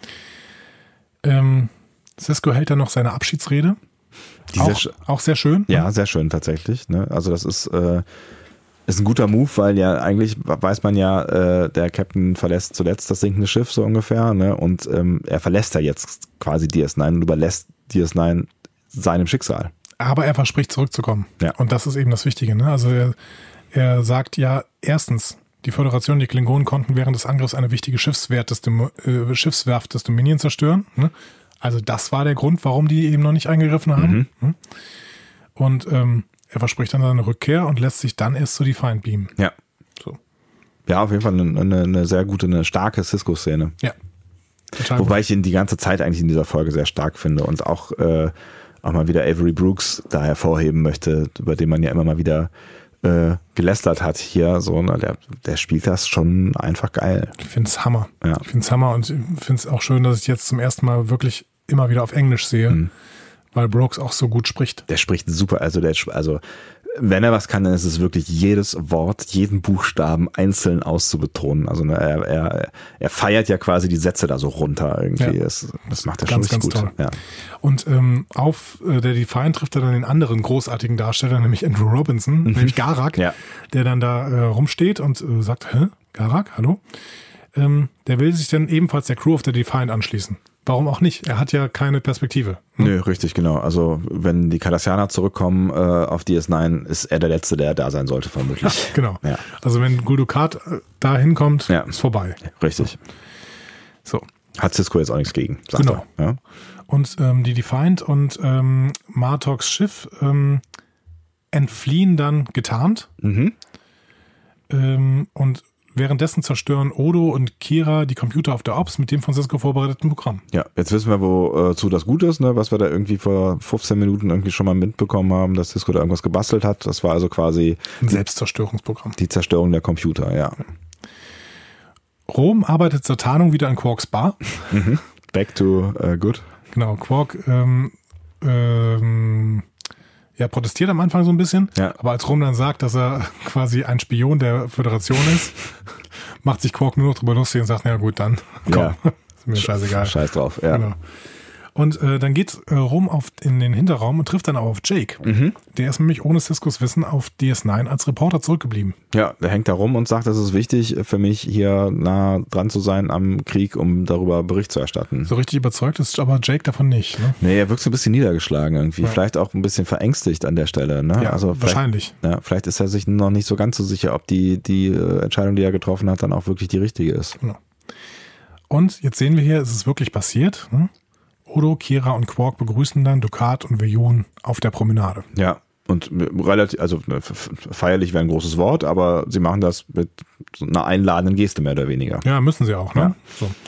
Speaker 2: Sisko hält dann noch seine Abschiedsrede. Auch sehr schön.
Speaker 1: Ja, sehr schön tatsächlich. Ne? Also das ist ein guter Move, weil ja eigentlich weiß man ja, der Captain verlässt zuletzt das sinkende Schiff so ungefähr, ne? Und er verlässt ja jetzt quasi DS9 und überlässt DS9 seinem Schicksal.
Speaker 2: Aber er verspricht zurückzukommen. Ja. Und das ist eben das Wichtige. Ne? Also er sagt ja, erstens, die Föderation, die Klingonen konnten während des Angriffs eine wichtige Schiffswerft des Dominion zerstören. Ne? Also das war der Grund, warum die eben noch nicht eingegriffen haben. Und er verspricht dann seine Rückkehr und lässt sich dann erst zu Defiant beamen.
Speaker 1: Ja. So. Ja, auf jeden Fall eine sehr gute, eine starke Sisko-Szene.
Speaker 2: Ja.
Speaker 1: Total Wobei ich ihn die ganze Zeit eigentlich in dieser Folge sehr stark finde und auch mal wieder Avery Brooks da hervorheben möchte, über den man ja immer mal wieder gelästert hat hier. So, ne, der spielt das schon einfach geil.
Speaker 2: Ich finde es Hammer.
Speaker 1: Ja.
Speaker 2: Ich finde es Hammer und ich finde es auch schön, dass ich jetzt zum ersten Mal wirklich immer wieder auf Englisch sehe, weil Brooks auch so gut spricht.
Speaker 1: Der spricht super, also wenn er was kann, dann ist es wirklich jedes Wort, jeden Buchstaben einzeln auszubetonen. Also er feiert ja quasi die Sätze da so runter irgendwie. Ja. Das macht er schon richtig gut. Toll. Ja.
Speaker 2: Und auf der Defiant trifft er dann den anderen großartigen Darsteller, nämlich Andrew Robinson, nämlich Garak, der dann da rumsteht und sagt, hä, Garak, hallo? Der will sich dann ebenfalls der Crew of der Defiant anschließen. Warum auch nicht? Er hat ja keine Perspektive.
Speaker 1: Nö, richtig, genau. Also wenn die Cardassianer zurückkommen auf DS9, ist er der Letzte, der da sein sollte, vermutlich.
Speaker 2: Genau. Ja. Also wenn Gul Dukat da hinkommt, ist vorbei.
Speaker 1: Richtig. So. Hat Sisko jetzt auch nichts gegen, sagt
Speaker 2: er.
Speaker 1: Ja.
Speaker 2: Und die Defiant und Martoks Schiff entfliehen dann getarnt. Und währenddessen zerstören Odo und Kira die Computer auf der Ops mit dem von Sisko vorbereiteten Programm.
Speaker 1: Ja, jetzt wissen wir, wozu das gut ist, ne? Was wir da irgendwie vor 15 Minuten irgendwie schon mal mitbekommen haben, dass Sisko da irgendwas gebastelt hat. Das war also quasi
Speaker 2: ein Selbstzerstörungsprogramm.
Speaker 1: Die Zerstörung der Computer, ja.
Speaker 2: Rom arbeitet zur Tarnung wieder an Quarks Bar.
Speaker 1: Back to good.
Speaker 2: Genau, Quark protestiert am Anfang so ein bisschen, aber als Rom dann sagt, dass er quasi ein Spion der Föderation ist, macht sich Quark nur noch drüber lustig und sagt, na gut, dann komm, ist mir scheißegal.
Speaker 1: Scheiß drauf, ja.
Speaker 2: Genau. Und dann geht Rom in den Hinterraum und trifft dann auch auf Jake. Der ist nämlich ohne Siskos Wissen auf DS9 als Reporter zurückgeblieben.
Speaker 1: Ja, der hängt da rum und sagt, es ist wichtig für mich, hier nah dran zu sein am Krieg, um darüber Bericht zu erstatten.
Speaker 2: So richtig überzeugt ist aber Jake davon nicht. Ne?
Speaker 1: Nee, er wirkt so ein bisschen niedergeschlagen irgendwie. Ja. Vielleicht auch ein bisschen verängstigt an der Stelle. Ne?
Speaker 2: Ja, also wahrscheinlich.
Speaker 1: Vielleicht ist er sich noch nicht so ganz so sicher, ob die Entscheidung, die er getroffen hat, dann auch wirklich die richtige ist.
Speaker 2: Genau. Und jetzt sehen wir hier, es ist wirklich passiert. Ne? Odo, Kira und Quark begrüßen dann Dukat und Weyoun auf der Promenade.
Speaker 1: Ja, und relativ, also feierlich wäre ein großes Wort, aber sie machen das mit so einer einladenden Geste mehr oder weniger.
Speaker 2: Ja, müssen sie auch. Ne?
Speaker 1: Ja.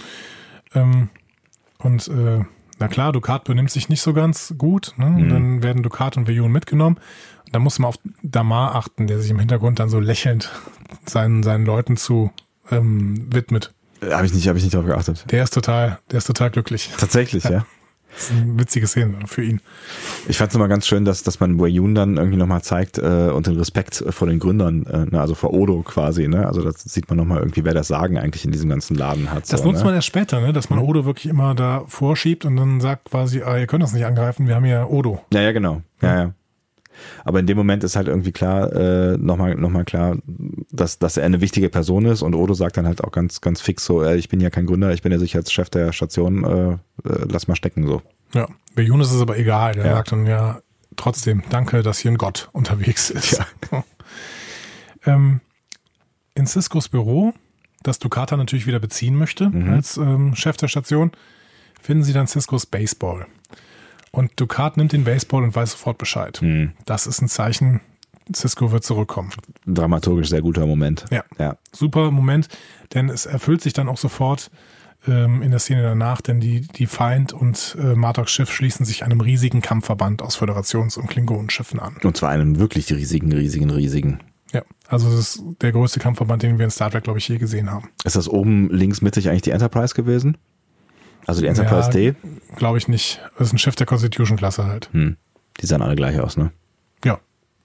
Speaker 2: So. Na klar, Dukat benimmt sich nicht so ganz gut. Ne? Und dann werden Dukat und Weyoun mitgenommen. Und dann muss man auf Damar achten, der sich im Hintergrund dann so lächelnd seinen Leuten zu widmet.
Speaker 1: Habe ich nicht drauf geachtet.
Speaker 2: Der ist total glücklich.
Speaker 1: Tatsächlich, ja.
Speaker 2: Das ist eine witzige Szene für ihn.
Speaker 1: Ich fand es immer ganz schön, dass man Weyoun dann irgendwie nochmal zeigt und den Respekt vor den Gründern, also vor Odo quasi, ne? Also das sieht man nochmal irgendwie, wer das Sagen eigentlich in diesem ganzen Laden hat.
Speaker 2: Das
Speaker 1: so,
Speaker 2: nutzt man erst später, ne? Dass man Odo wirklich immer da vorschiebt und dann sagt quasi, ihr könnt das nicht angreifen, wir haben ja Odo.
Speaker 1: Ja, genau. Ja. Aber in dem Moment ist halt irgendwie klar, nochmal klar, dass er eine wichtige Person ist und Odo sagt dann halt auch ganz, ganz fix so, ich bin ja kein Gründer, ich bin ja Sicherheitschef der Station, lass mal stecken so.
Speaker 2: Ja, bei Yunus ist es aber egal, der sagt dann ja trotzdem, danke, dass hier ein Gott unterwegs ist. Ja. In Siskos Büro, das Dukat natürlich wieder beziehen möchte als Chef der Station, finden sie dann Siskos Baseball. Und Dukat nimmt den Baseball und weiß sofort Bescheid. Das ist ein Zeichen, Sisko wird zurückkommen.
Speaker 1: Dramaturgisch sehr guter Moment.
Speaker 2: Ja. Super Moment, denn es erfüllt sich dann auch sofort in der Szene danach, denn die Feind und Martoks Schiff schließen sich einem riesigen Kampfverband aus Föderations- und Klingonenschiffen an.
Speaker 1: Und zwar einem wirklich riesigen.
Speaker 2: Ja, also das ist der größte Kampfverband, den wir in Star Trek, glaube ich, je gesehen haben.
Speaker 1: Ist das oben links mittig eigentlich die Enterprise gewesen? Also die Enterprise D?
Speaker 2: Glaube ich nicht. Das ist ein Schiff der Constitution-Klasse halt.
Speaker 1: Die sahen alle gleich aus, ne?
Speaker 2: Ja.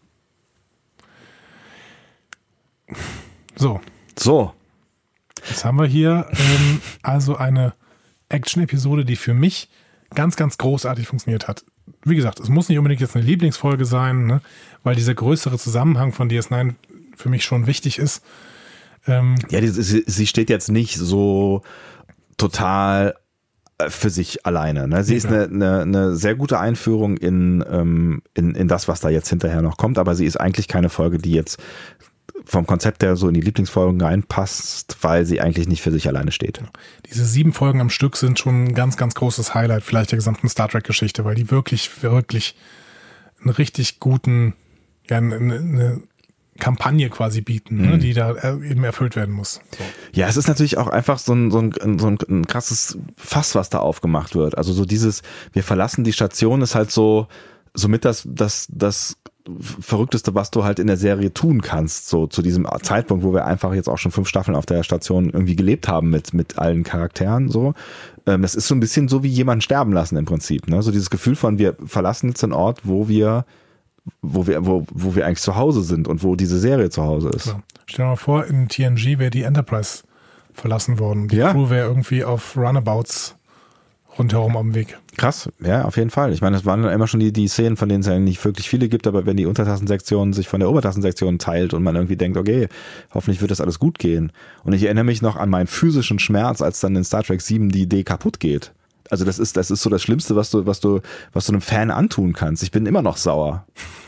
Speaker 2: So. Jetzt haben wir hier also eine Action-Episode, die für mich ganz, ganz großartig funktioniert hat. Wie gesagt, es muss nicht unbedingt jetzt eine Lieblingsfolge sein, ne? Weil dieser größere Zusammenhang von DS9 für mich schon wichtig ist.
Speaker 1: Sie steht jetzt nicht so total für sich alleine. Ne? Sie ist eine sehr gute Einführung in das, was da jetzt hinterher noch kommt, aber sie ist eigentlich keine Folge, die jetzt vom Konzept her so in die Lieblingsfolgen reinpasst, weil sie eigentlich nicht für sich alleine steht.
Speaker 2: Diese 7 Folgen am Stück sind schon ein ganz, ganz großes Highlight vielleicht der gesamten Star Trek-Geschichte, weil die wirklich, wirklich einen richtig guten, eine Kampagne quasi bieten, ne, die da eben erfüllt werden muss. So.
Speaker 1: Ja, es ist natürlich auch einfach so ein krasses Fass, was da aufgemacht wird. Also so dieses, wir verlassen die Station ist halt somit das Verrückteste, was du halt in der Serie tun kannst, so zu diesem Zeitpunkt, wo wir einfach jetzt auch schon 5 Staffeln auf der Station irgendwie gelebt haben mit allen Charakteren, so. Das ist so ein bisschen so wie jemanden sterben lassen im Prinzip, ne? So dieses Gefühl von, wir verlassen jetzt einen Ort, wo wir eigentlich zu Hause sind und wo diese Serie zu Hause ist.
Speaker 2: Ja. Stell dir mal vor, in TNG wäre die Enterprise verlassen worden. Die Crew wäre irgendwie auf Runabouts rundherum am Weg.
Speaker 1: Krass, ja, auf jeden Fall. Ich meine, das waren immer schon die Szenen, von denen es ja nicht wirklich viele gibt, aber wenn die Untertassensektion sich von der Obertassensektion teilt und man irgendwie denkt, okay, hoffentlich wird das alles gut gehen. Und ich erinnere mich noch an meinen physischen Schmerz, als dann in Star Trek 7 die Idee kaputt geht. Also das ist so das Schlimmste, was du einem Fan antun kannst. Ich bin immer noch sauer.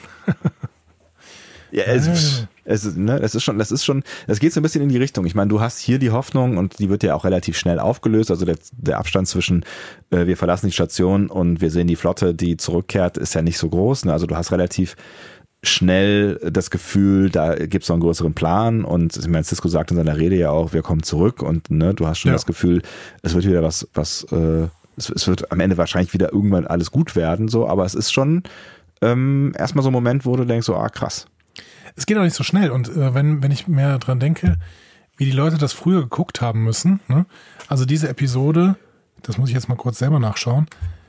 Speaker 1: Ja, es geht so ein bisschen in die Richtung. Ich meine, du hast hier die Hoffnung und die wird ja auch relativ schnell aufgelöst. Also der Abstand zwischen wir verlassen die Station und wir sehen die Flotte, die zurückkehrt, ist ja nicht so groß. Ne? Also du hast relativ schnell das Gefühl, da gibt es noch einen größeren Plan und ich meine, Sisko sagt in seiner Rede ja auch, wir kommen zurück und ne, du hast schon das Gefühl, es wird wieder es wird am Ende wahrscheinlich wieder irgendwann alles gut werden, so, aber es ist schon erstmal so ein Moment, wo du denkst, so, krass.
Speaker 2: Es geht auch nicht so schnell und wenn ich mehr dran denke, wie die Leute das früher geguckt haben müssen, ne? Also diese Episode, das muss ich jetzt mal kurz selber nachschauen,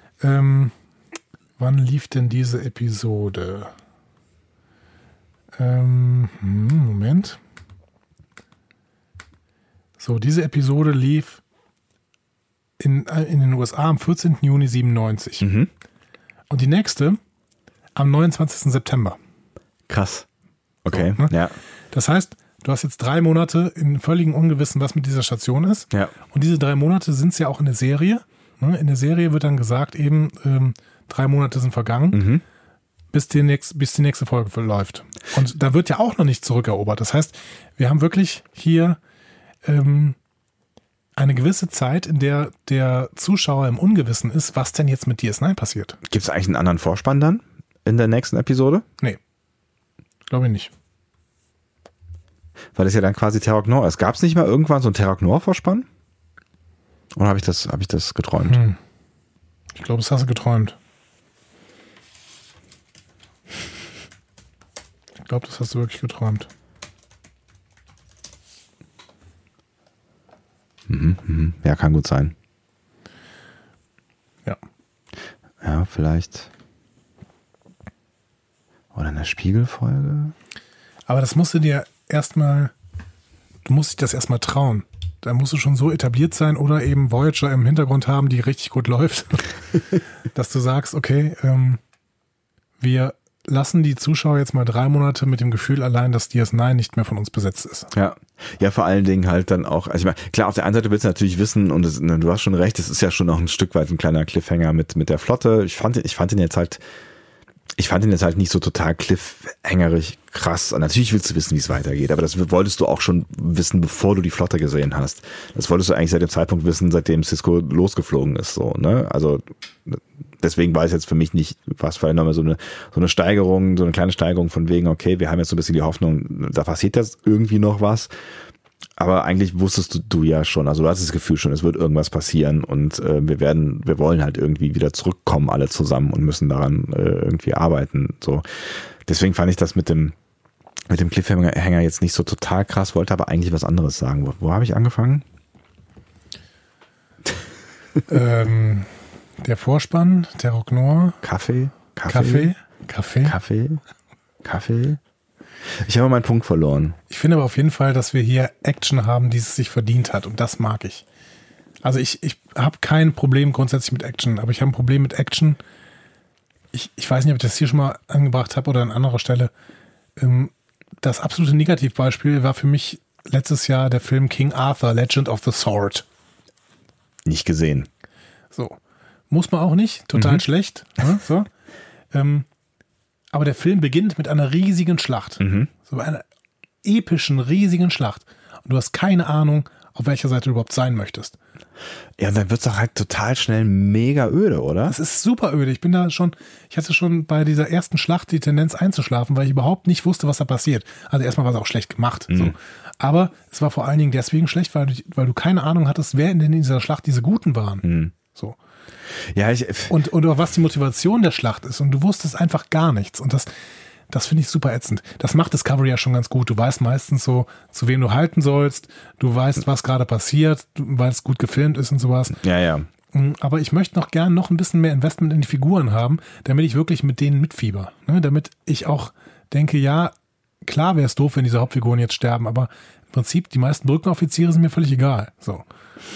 Speaker 2: wann lief denn diese Episode? Moment. So, diese Episode lief in den USA am 14. Juni 97. Und die nächste am 29. September.
Speaker 1: Krass. Okay,
Speaker 2: so, ne?
Speaker 1: Ja.
Speaker 2: Das heißt, du hast jetzt 3 Monate in völligem Ungewissen, was mit dieser Station ist.
Speaker 1: Ja.
Speaker 2: Und diese 3 Monate sind es ja auch in der Serie. Ne? In der Serie wird dann gesagt, eben 3 Monate sind vergangen, bis die nächste Folge verläuft. Und da wird ja auch noch nicht zurückerobert. Das heißt, wir haben wirklich hier eine gewisse Zeit, in der der Zuschauer im Ungewissen ist, was denn jetzt mit DS9 passiert.
Speaker 1: Gibt es eigentlich einen anderen Vorspann dann in der nächsten Episode?
Speaker 2: Nee, glaube ich nicht.
Speaker 1: Weil das ja dann quasi Terok Nor ist. Gab es nicht mal irgendwann so einen Terok Nor-Vorspann? Oder habe ich das geträumt?
Speaker 2: Ich glaube, das hast du geträumt. Ich glaube, das hast du wirklich geträumt.
Speaker 1: Ja, kann gut sein.
Speaker 2: Ja.
Speaker 1: Ja, vielleicht. Oder in der Spiegelfolge.
Speaker 2: Aber das musst du dir erstmal, du musst dich das erstmal trauen. Da musst du schon so etabliert sein oder eben Voyager im Hintergrund haben, die richtig gut läuft, dass du sagst, okay, wir lassen die Zuschauer jetzt mal 3 Monate mit dem Gefühl allein, dass DS9 nicht mehr von uns besetzt ist.
Speaker 1: Ja, vor allen Dingen halt dann auch, also ich meine, klar, auf der einen Seite willst du natürlich wissen, und du hast schon recht, es ist ja schon noch ein Stück weit ein kleiner Cliffhanger mit der Flotte. Ich fand ihn jetzt halt nicht so total cliffhangerig krass. Und natürlich willst du wissen, wie es weitergeht, aber das wolltest du auch schon wissen, bevor du die Flotte gesehen hast. Das wolltest du eigentlich seit dem Zeitpunkt wissen, seitdem Sisko losgeflogen ist, so, ne? Also, deswegen war es jetzt für mich nicht, was vielleicht nochmal so eine Steigerung, so eine kleine Steigerung von wegen, okay, wir haben jetzt so ein bisschen die Hoffnung, da passiert jetzt irgendwie noch was. Aber eigentlich wusstest du ja schon, also du hast das Gefühl schon, es wird irgendwas passieren und wir wollen halt irgendwie wieder zurückkommen alle zusammen und müssen daran irgendwie arbeiten. So, deswegen fand ich das mit dem Cliffhanger jetzt nicht so total krass, wollte aber eigentlich was anderes sagen. Wo habe ich angefangen?
Speaker 2: Der Vorspann, Terok Nor.
Speaker 1: Kaffee. Ich habe meinen Punkt verloren.
Speaker 2: Ich finde aber auf jeden Fall, dass wir hier Action haben, die es sich verdient hat, und das mag ich. Also ich habe kein Problem grundsätzlich mit Action, aber ich habe ein Problem mit Action. Ich weiß nicht, ob ich das hier schon mal angebracht habe oder an anderer Stelle. Das absolute Negativbeispiel war für mich letztes Jahr der Film King Arthur, Legend of the Sword.
Speaker 1: Nicht gesehen.
Speaker 2: So. Muss man auch nicht. Total schlecht. Ne? So. Aber der Film beginnt mit einer riesigen Schlacht. So einer epischen, riesigen Schlacht. Und du hast keine Ahnung, auf welcher Seite du überhaupt sein möchtest.
Speaker 1: Ja, und dann wird es doch halt total schnell mega öde, oder?
Speaker 2: Das ist super öde. Ich hatte schon bei dieser ersten Schlacht die Tendenz einzuschlafen, weil ich überhaupt nicht wusste, was da passiert. Also erstmal war es auch schlecht gemacht. So. Aber es war vor allen Dingen deswegen schlecht, weil du keine Ahnung hattest, wer in dieser Schlacht diese Guten waren. So.
Speaker 1: Ja,
Speaker 2: und was die Motivation der Schlacht ist. Und du wusstest einfach gar nichts. Und das finde ich super ätzend. Das macht Discovery ja schon ganz gut. Du weißt meistens so, zu wem du halten sollst. Du weißt, was gerade passiert, weil es gut gefilmt ist und sowas.
Speaker 1: Ja.
Speaker 2: Aber ich möchte noch gern noch ein bisschen mehr Investment in die Figuren haben, damit ich wirklich mit denen mitfieber. Ne? Damit ich auch denke, ja, klar wäre es doof, wenn diese Hauptfiguren jetzt sterben, aber im Prinzip, die meisten Brückenoffiziere sind mir völlig egal. So.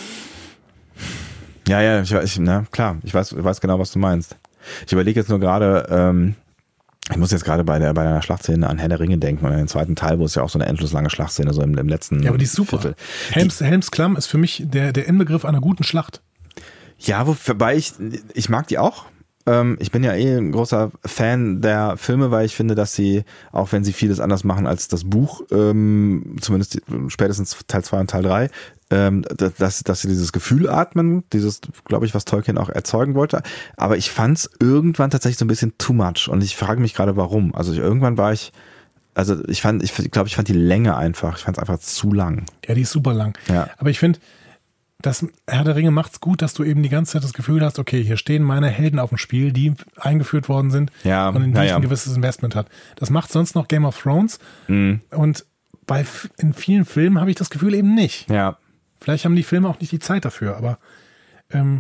Speaker 1: Ja, ich weiß genau, was du meinst. Ich überlege jetzt nur gerade, ich muss jetzt gerade bei einer Schlachtszene an Herr der Ringe denken und an den zweiten Teil, wo es ja auch so eine endlos lange Schlachtszene so im letzten.
Speaker 2: Ja, aber die ist super.
Speaker 1: Viertel.
Speaker 2: Helms Klamm ist für mich der Inbegriff einer guten Schlacht.
Speaker 1: Ja, wobei ich mag die auch. Ich bin ja ein großer Fan der Filme, weil ich finde, dass sie, auch wenn sie vieles anders machen als das Buch, zumindest spätestens Teil 2 und Teil 3, dass sie dieses Gefühl atmen, dieses, glaube ich, was Tolkien auch erzeugen wollte. Aber ich fand es irgendwann tatsächlich so ein bisschen too much und ich frage mich gerade, warum. Also irgendwann war ich fand die Länge einfach, ich fand es einfach zu lang.
Speaker 2: Ja, die ist super lang.
Speaker 1: Ja.
Speaker 2: Aber ich finde, das Herr der Ringe macht's gut, dass du eben die ganze Zeit das Gefühl hast, okay, hier stehen meine Helden auf dem Spiel, die eingeführt worden sind und in die ich ein gewisses Investment hat. Das macht sonst noch Game of Thrones und in vielen Filmen habe ich das Gefühl eben nicht.
Speaker 1: Ja.
Speaker 2: Vielleicht haben die Filme auch nicht die Zeit dafür, aber man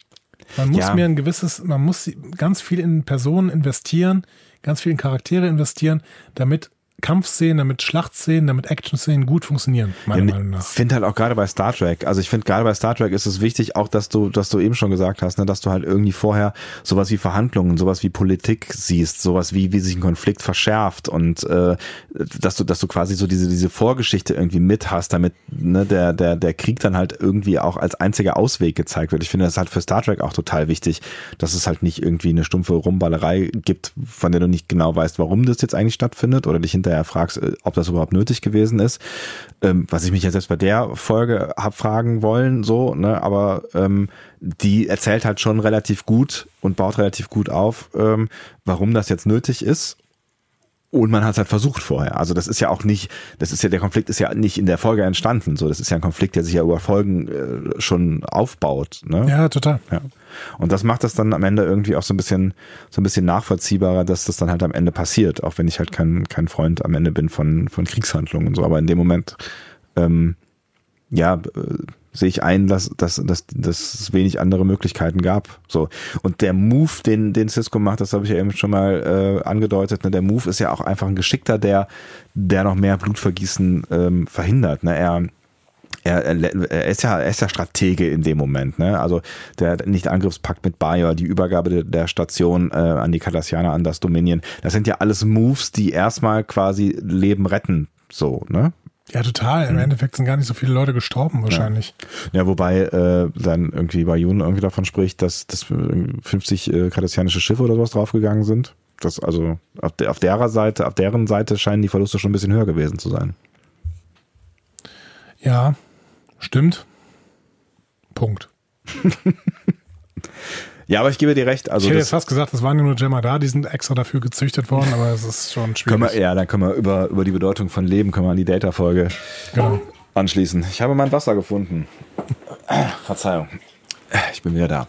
Speaker 2: muss ganz viel in Personen investieren, ganz viel in Charaktere investieren, damit Kampfszenen, damit Schlachtszenen, damit Action-Szenen gut funktionieren, meiner Meinung nach.
Speaker 1: Ich finde halt auch gerade bei Star Trek, ist es wichtig, auch dass du eben schon gesagt hast, ne, dass du halt irgendwie vorher sowas wie Verhandlungen, sowas wie Politik siehst, sowas wie sich ein Konflikt verschärft und dass du quasi so diese Vorgeschichte irgendwie mit hast, damit ne, der Krieg dann halt irgendwie auch als einziger Ausweg gezeigt wird. Ich finde das halt für Star Trek auch total wichtig, dass es halt nicht irgendwie eine stumpfe Rumballerei gibt, von der du nicht genau weißt, warum das jetzt eigentlich stattfindet oder dich hinterher hinterher fragst, ob das überhaupt nötig gewesen ist. Was ich mich ja selbst bei der Folge habe fragen wollen, so, ne, aber die erzählt halt schon relativ gut und baut relativ gut auf, warum das jetzt nötig ist. Und man hat es halt versucht vorher. Also das ist ja auch nicht, der Konflikt ist ja nicht in der Folge entstanden. So, das ist ja ein Konflikt, der sich ja über Folgen schon aufbaut. Ne?
Speaker 2: Ja, total.
Speaker 1: Ja. Und das macht das dann am Ende irgendwie auch so ein bisschen nachvollziehbarer, dass das dann halt am Ende passiert. Auch wenn ich halt kein Freund am Ende bin von Kriegshandlungen und so. Aber in dem Moment, sehe ich ein, dass es wenig andere Möglichkeiten gab. So. Und der Move, den Sisko macht, das habe ich ja eben schon mal angedeutet, ne? Der Move ist ja auch einfach ein Geschickter, der noch mehr Blutvergießen verhindert. Ne? Er ist ja Stratege in dem Moment, ne? Also der Nicht-Angriffspakt mit Bajor, die Übergabe der Station an die Cardassianer, an das Dominion, das sind ja alles Moves, die erstmal quasi Leben retten, so, ne?
Speaker 2: Ja, total. Im Endeffekt sind gar nicht so viele Leute gestorben wahrscheinlich.
Speaker 1: Ja, wobei dann irgendwie Bayun irgendwie davon spricht, dass 50 kardassianische Schiffe oder sowas draufgegangen sind. Das also auf deren Seite scheinen die Verluste schon ein bisschen höher gewesen zu sein.
Speaker 2: Ja, stimmt. Punkt.
Speaker 1: Ja, aber ich gebe dir recht. Also
Speaker 2: ich hätte jetzt fast gesagt, es waren nur Jem'Hadar, die sind extra dafür gezüchtet worden, aber es ist schon schwierig.
Speaker 1: Dann können wir über die Bedeutung von Leben an die Data-Folge anschließen. Ich habe mein Wasser gefunden. Verzeihung. Ich bin wieder da.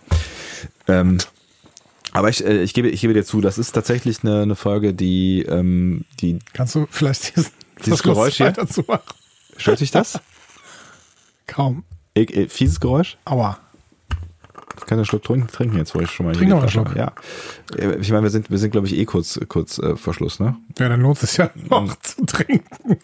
Speaker 1: Aber ich gebe dir zu, das ist tatsächlich eine Folge, die
Speaker 2: Kannst du vielleicht
Speaker 1: dieses Geräusch hier
Speaker 2: dazu machen?
Speaker 1: Stört dich das?
Speaker 2: Kaum.
Speaker 1: Fieses Geräusch?
Speaker 2: Aua.
Speaker 1: Ich kann einen Schluck trinken jetzt, wo ich schon mal
Speaker 2: Trink noch einen Schluck.
Speaker 1: Ja. Ich meine, wir sind glaube ich kurz vor Schluss, ne?
Speaker 2: Ja, dann lohnt es ja noch zu trinken.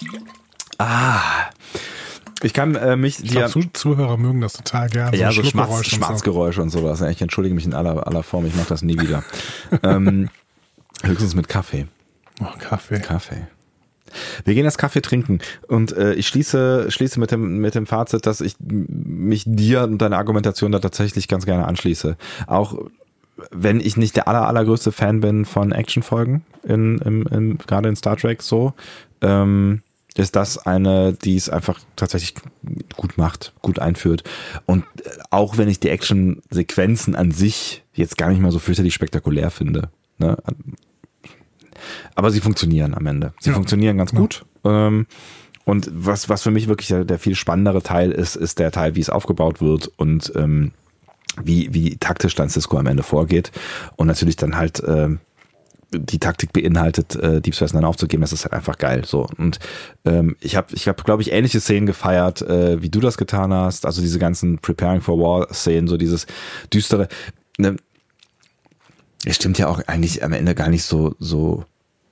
Speaker 1: Ich kann mich...
Speaker 2: Ich glaube, Zuhörer mögen das total gerne.
Speaker 1: Ja, so Schmatzgeräusche und sowas. Ich entschuldige mich in aller Form, ich mache das nie wieder. Höchstens mit Kaffee.
Speaker 2: Oh, Kaffee.
Speaker 1: Wir gehen jetzt Kaffee trinken und ich schließe mit dem Fazit, dass ich mich dir und deiner Argumentation da tatsächlich ganz gerne anschließe. Auch wenn ich nicht der allergrößte Fan bin von Actionfolgen, gerade in Star Trek so, ist das eine, die es einfach tatsächlich gut macht, gut einführt. Und auch wenn ich die Actionsequenzen an sich jetzt gar nicht mal so fürchterlich spektakulär finde, ne? Aber sie funktionieren am Ende. Sie funktionieren ganz gut. Und was für mich wirklich der viel spannendere Teil ist der Teil, wie es aufgebaut wird und wie taktisch dann Sisko am Ende vorgeht. Und natürlich dann halt die Taktik beinhaltet, Deep Space Nine aufzugeben. Das ist halt einfach geil. So. Und ich habe glaube ich, ähnliche Szenen gefeiert, wie du das getan hast. Also diese ganzen Preparing for War-Szenen, so dieses düstere. Ne? Es stimmt ja auch eigentlich am Ende gar nicht so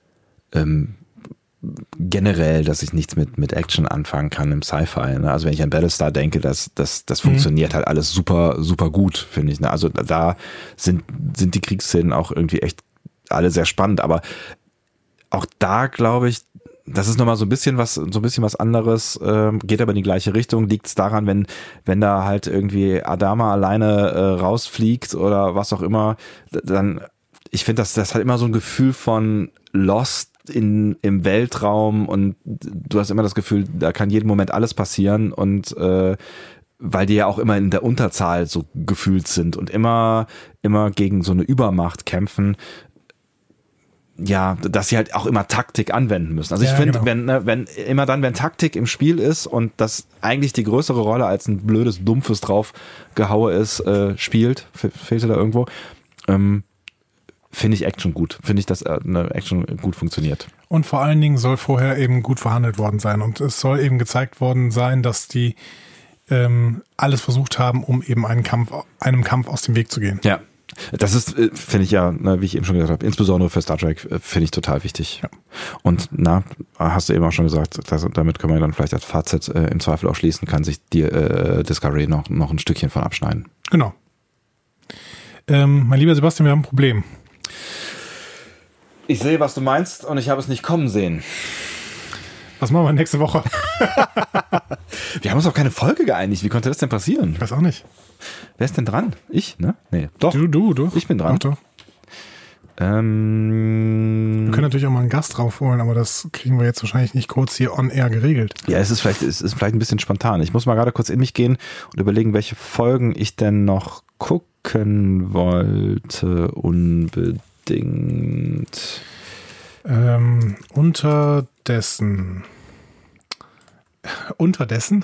Speaker 1: generell, dass ich nichts mit Action anfangen kann im Sci-Fi. Ne? Also wenn ich an Battlestar denke, das funktioniert halt alles super, super gut, finde ich. Ne? Also da sind die Kriegsszenen auch irgendwie echt alle sehr spannend, aber auch da glaube ich, das ist nochmal so ein bisschen was anderes, geht aber in die gleiche Richtung. Liegt es daran, wenn da halt irgendwie Adama alleine rausfliegt oder was auch immer, dann, ich finde, das hat immer so ein Gefühl von Lost im Weltraum und du hast immer das Gefühl, da kann jeden Moment alles passieren und weil die ja auch immer in der Unterzahl so gefühlt sind und immer gegen so eine Übermacht kämpfen, ja, dass sie halt auch immer Taktik anwenden müssen. Also ich finde, wenn Taktik im Spiel ist und das eigentlich die größere Rolle als ein blödes, dumpfes Draufgehaue ist, spielt, fehlte da irgendwo, finde ich Action gut. Finde ich, dass eine Action gut funktioniert.
Speaker 2: Und vor allen Dingen soll vorher eben gut verhandelt worden sein. Und es soll eben gezeigt worden sein, dass die alles versucht haben, um eben einem Kampf aus dem Weg zu gehen.
Speaker 1: Ja. Das ist, finde ich ja, wie ich eben schon gesagt habe, insbesondere für Star Trek finde ich total wichtig. Ja. Und hast du eben auch schon gesagt, damit können wir dann vielleicht als Fazit im Zweifel auch schließen, kann sich die Discovery noch ein Stückchen von abschneiden.
Speaker 2: Genau. Mein lieber Sebastian, wir haben ein Problem.
Speaker 1: Ich sehe, was du meinst und ich habe es nicht kommen sehen.
Speaker 2: Was machen wir nächste Woche?
Speaker 1: Wir haben uns auf keine Folge geeinigt. Wie konnte das denn passieren?
Speaker 2: Ich weiß auch nicht.
Speaker 1: Wer ist denn dran? Ich, ne? Nee.
Speaker 2: Doch. Du.
Speaker 1: Ich bin dran.
Speaker 2: Doch. Wir können natürlich auch mal einen Gast draufholen, aber das kriegen wir jetzt wahrscheinlich nicht kurz hier on air geregelt.
Speaker 1: Ja, es ist vielleicht ein bisschen spontan. Ich muss mal gerade kurz in mich gehen und überlegen, welche Folgen ich denn noch gucken wollte unbedingt.
Speaker 2: Unterdessen.
Speaker 1: Unterdessen?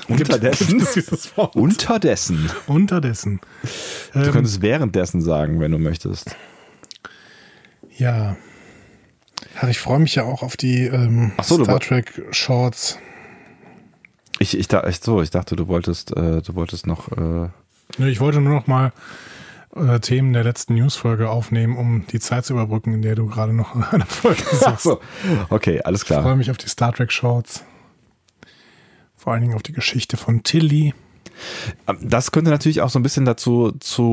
Speaker 1: Du könntest währenddessen sagen, wenn du möchtest.
Speaker 2: Ja. Ach, ich freue mich ja auch auf die Star Trek Shorts.
Speaker 1: Ich dachte, du wolltest noch.
Speaker 2: Ich wollte nur noch mal Themen der letzten Newsfolge aufnehmen, um die Zeit zu überbrücken, in der du gerade noch eine Folge sagst.
Speaker 1: Ach so. Okay, alles klar.
Speaker 2: Ich freue mich auf die Star Trek Shorts. Vor allen Dingen auf die Geschichte von Tilly.
Speaker 1: Das könnte natürlich auch so ein bisschen dazu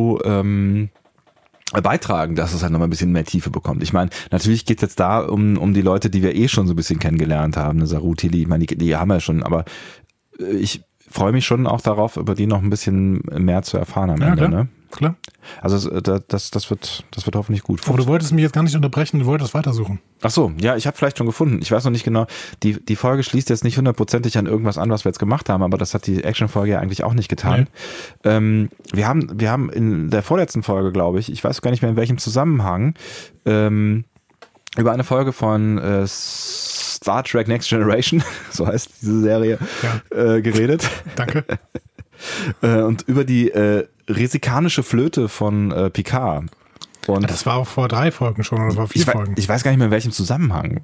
Speaker 1: beitragen, dass es halt nochmal ein bisschen mehr Tiefe bekommt. Ich meine, natürlich geht es jetzt da um die Leute, die wir eh schon so ein bisschen kennengelernt haben. Ne, Saru, Tilly, ich meine, die haben wir schon, aber ich freue mich schon auch darauf, über die noch ein bisschen mehr zu erfahren am Ende.
Speaker 2: Klar,
Speaker 1: ne?
Speaker 2: Klar.
Speaker 1: Also das wird hoffentlich gut.
Speaker 2: Aber du wolltest mich jetzt gar nicht unterbrechen, du wolltest weitersuchen.
Speaker 1: Ach so, ja, ich habe vielleicht schon gefunden. Ich weiß noch nicht genau, die Folge schließt jetzt nicht hundertprozentig an irgendwas an, was wir jetzt gemacht haben, aber das hat die Action-Folge ja eigentlich auch nicht getan. Nee. Wir haben in der vorletzten Folge, glaube ich weiß gar nicht mehr in welchem Zusammenhang, über eine Folge von Star Trek Next Generation, so heißt diese Serie, geredet.
Speaker 2: Danke.
Speaker 1: Und über die resikanische Flöte von Picard. Und
Speaker 2: das war auch vor 3 Folgen schon, oder vor 4 Folgen.
Speaker 1: Ich weiß gar nicht mehr in welchem Zusammenhang.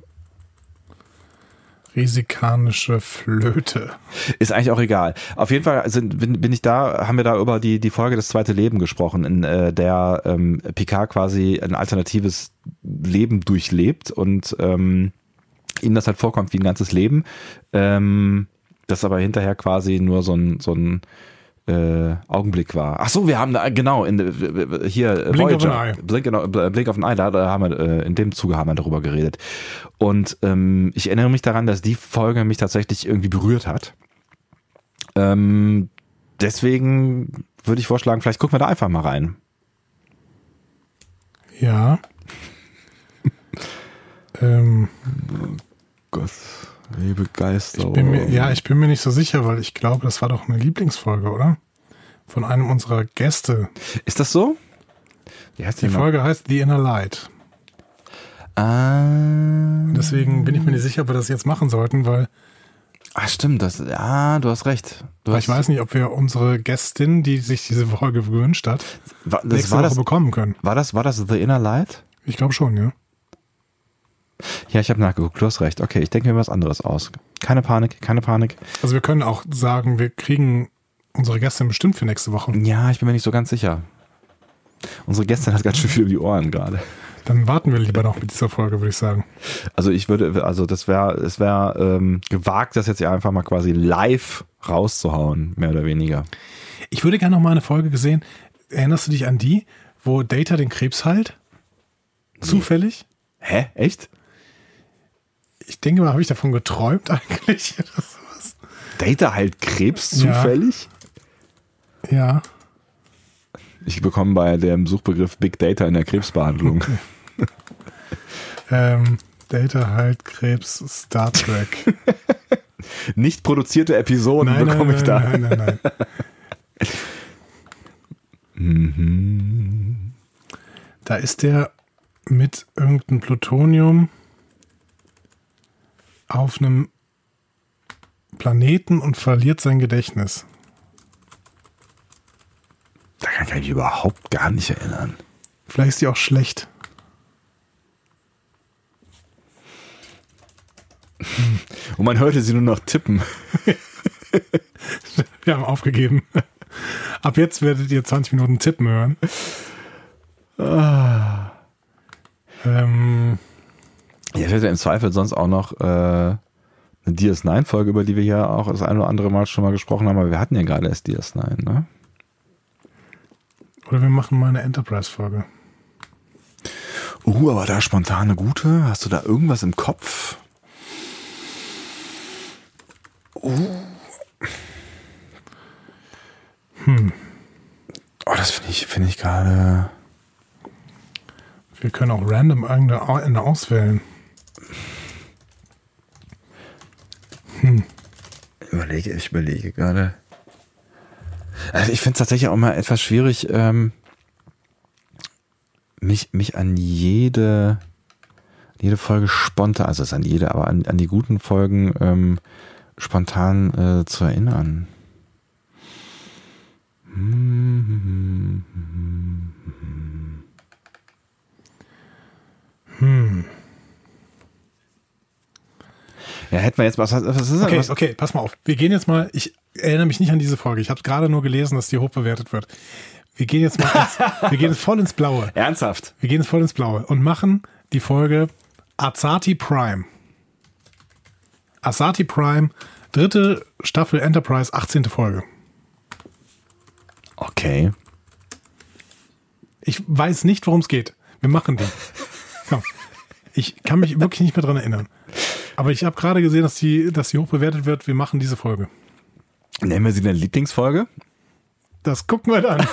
Speaker 2: Resikanische Flöte.
Speaker 1: Ist eigentlich auch egal. Auf jeden Fall haben wir da über die Folge Das zweite Leben gesprochen, in der Picard quasi ein alternatives Leben durchlebt und ihm das halt vorkommt wie ein ganzes Leben. Das aber hinterher quasi nur so ein Augenblick war. Ach so, wir haben da, genau, hier
Speaker 2: Blink
Speaker 1: Voyager.
Speaker 2: of an Eye.
Speaker 1: Blink of an Eye, da haben wir, in dem Zuge haben wir darüber geredet. Und ich erinnere mich daran, dass die Folge mich tatsächlich irgendwie berührt hat. Deswegen würde ich vorschlagen, vielleicht gucken wir da einfach mal rein.
Speaker 2: Ja.
Speaker 1: Oh Gott. Wie Begeisterung.
Speaker 2: Ich bin mir nicht so sicher, weil ich glaube, das war doch eine Lieblingsfolge, oder? Von einem unserer Gäste.
Speaker 1: Ist das so?
Speaker 2: Die Folge heißt The Inner Light. Deswegen bin ich mir nicht sicher, ob wir das jetzt machen sollten, weil...
Speaker 1: Ach stimmt, du hast recht.
Speaker 2: Ich weiß nicht, ob wir unsere Gästin, die sich diese Folge gewünscht hat, nächste Woche bekommen können.
Speaker 1: War das The Inner Light?
Speaker 2: Ich glaube schon, ja.
Speaker 1: Ja, ich habe nachgeguckt, du hast recht. Okay, ich denke mir was anderes aus. Keine Panik.
Speaker 2: Also wir können auch sagen, wir kriegen unsere Gästin bestimmt für nächste Woche.
Speaker 1: Ja, ich bin mir nicht so ganz sicher. Unsere Gästin hat ganz schön viel um die Ohren gerade.
Speaker 2: Dann warten wir lieber noch mit dieser Folge, würde ich sagen.
Speaker 1: Also es wäre gewagt, das jetzt einfach mal quasi live rauszuhauen, mehr oder weniger.
Speaker 2: Ich würde gerne noch mal eine Folge gesehen. Erinnerst du dich an die, wo Data den Krebs heilt? Zufällig?
Speaker 1: Hä? Echt?
Speaker 2: Ich denke mal, habe ich davon geträumt eigentlich?
Speaker 1: Data heilt Krebs zufällig?
Speaker 2: Ja.
Speaker 1: Ich bekomme bei dem Suchbegriff Big Data in der Krebsbehandlung.
Speaker 2: Data heilt Krebs Star Trek.
Speaker 1: Nicht produzierte Episoden bekomme ich da.
Speaker 2: Nein.
Speaker 1: Mhm.
Speaker 2: Da ist der mit irgendeinem Plutonium auf einem Planeten und verliert sein Gedächtnis.
Speaker 1: Da kann ich mich überhaupt gar nicht erinnern.
Speaker 2: Vielleicht ist die auch schlecht.
Speaker 1: Und man hörte sie nur noch tippen.
Speaker 2: Wir haben aufgegeben. Ab jetzt werdet ihr 20 Minuten tippen hören.
Speaker 1: Ich hätte im Zweifel sonst auch noch eine DS9-Folge, über die wir ja auch das ein oder andere Mal schon mal gesprochen haben, aber wir hatten ja gerade erst DS9, ne?
Speaker 2: Oder wir machen mal eine Enterprise-Folge.
Speaker 1: Aber da spontan eine gute? Hast du da irgendwas im Kopf?
Speaker 2: Oh,
Speaker 1: das finde ich gerade...
Speaker 2: Wir können auch random irgendeine auswählen.
Speaker 1: Ich überlege gerade. Also ich finde es tatsächlich auch mal etwas schwierig, mich an jede Folge spontan, also es an jede, aber an die guten Folgen spontan zu erinnern. Ja, hätten wir jetzt was ist das?
Speaker 2: Okay, pass mal auf. Wir gehen jetzt mal, ich erinnere mich nicht an diese Folge. Ich habe gerade nur gelesen, dass die hoch bewertet wird. Wir gehen jetzt voll ins Blaue.
Speaker 1: Ernsthaft?
Speaker 2: Wir gehen jetzt voll ins Blaue und machen die Folge Azati Prime. Azati Prime, 3. Staffel Enterprise, 18. Folge.
Speaker 1: Okay.
Speaker 2: Ich weiß nicht, worum es geht. Wir machen die. Komm. Ich kann mich wirklich nicht mehr dran erinnern. Aber ich habe gerade gesehen, dass die hoch bewertet wird. Wir machen diese Folge.
Speaker 1: Nennen wir sie deine Lieblingsfolge?
Speaker 2: Das gucken wir dann.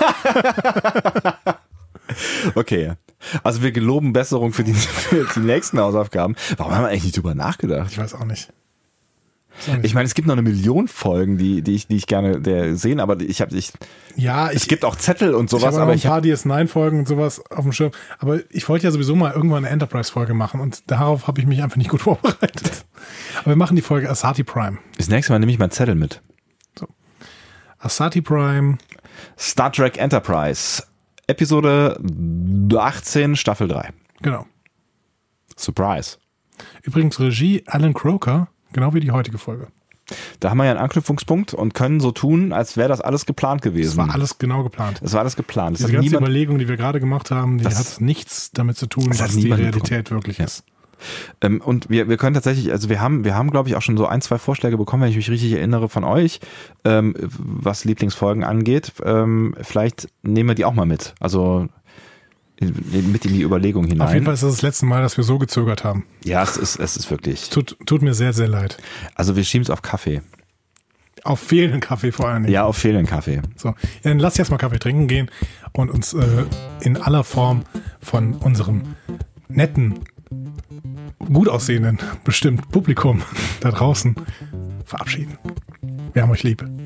Speaker 1: Okay. Also wir geloben Besserung für die nächsten Hausaufgaben. Warum haben wir eigentlich nicht drüber nachgedacht?
Speaker 2: Ich weiß auch nicht.
Speaker 1: Ich meine, es gibt noch 1 Million Folgen, die ich gerne sehen, aber es gibt auch Zettel und sowas.
Speaker 2: Aber ich habe ein paar DS9-Folgen und sowas auf dem Schirm. Aber ich wollte ja sowieso mal irgendwann eine Enterprise-Folge machen und darauf habe ich mich einfach nicht gut vorbereitet. Aber wir machen die Folge Azati Prime.
Speaker 1: Das nächste Mal nehme ich meinen Zettel mit.
Speaker 2: So. Azati Prime.
Speaker 1: Star Trek Enterprise. Episode 18, Staffel 3.
Speaker 2: Genau.
Speaker 1: Surprise.
Speaker 2: Übrigens Regie Alan Croker. Genau wie die heutige Folge.
Speaker 1: Da haben wir ja einen Anknüpfungspunkt und können so tun, als wäre das alles geplant gewesen.
Speaker 2: Das war alles genau geplant.
Speaker 1: Das war alles geplant.
Speaker 2: Die ganze Überlegung, die wir gerade gemacht haben, die hat nichts damit zu tun, was die Realität wirklich ist.
Speaker 1: Und wir können tatsächlich, also wir haben glaube ich auch schon so 1, 2 Vorschläge bekommen, wenn ich mich richtig erinnere, von euch, was Lieblingsfolgen angeht. Vielleicht nehmen wir die auch mal mit. Also mit in die Überlegung hinein.
Speaker 2: Auf jeden Fall ist das letzte Mal, dass wir so gezögert haben.
Speaker 1: Ja, es ist wirklich.
Speaker 2: Tut mir sehr, sehr leid.
Speaker 1: Also wir schieben es auf Kaffee.
Speaker 2: Auf fehlenden Kaffee vor allem.
Speaker 1: Ja, auf fehlenden Kaffee.
Speaker 2: So, ja, dann lass jetzt mal Kaffee trinken gehen und uns in aller Form von unserem netten, gut aussehenden, bestimmt Publikum da draußen verabschieden. Wir haben euch lieb.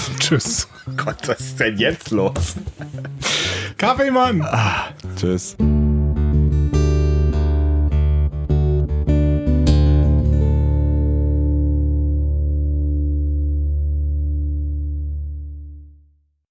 Speaker 2: Tschüss.
Speaker 1: Gott, was ist denn jetzt los?
Speaker 2: Kaffeemann!
Speaker 1: Tschüss.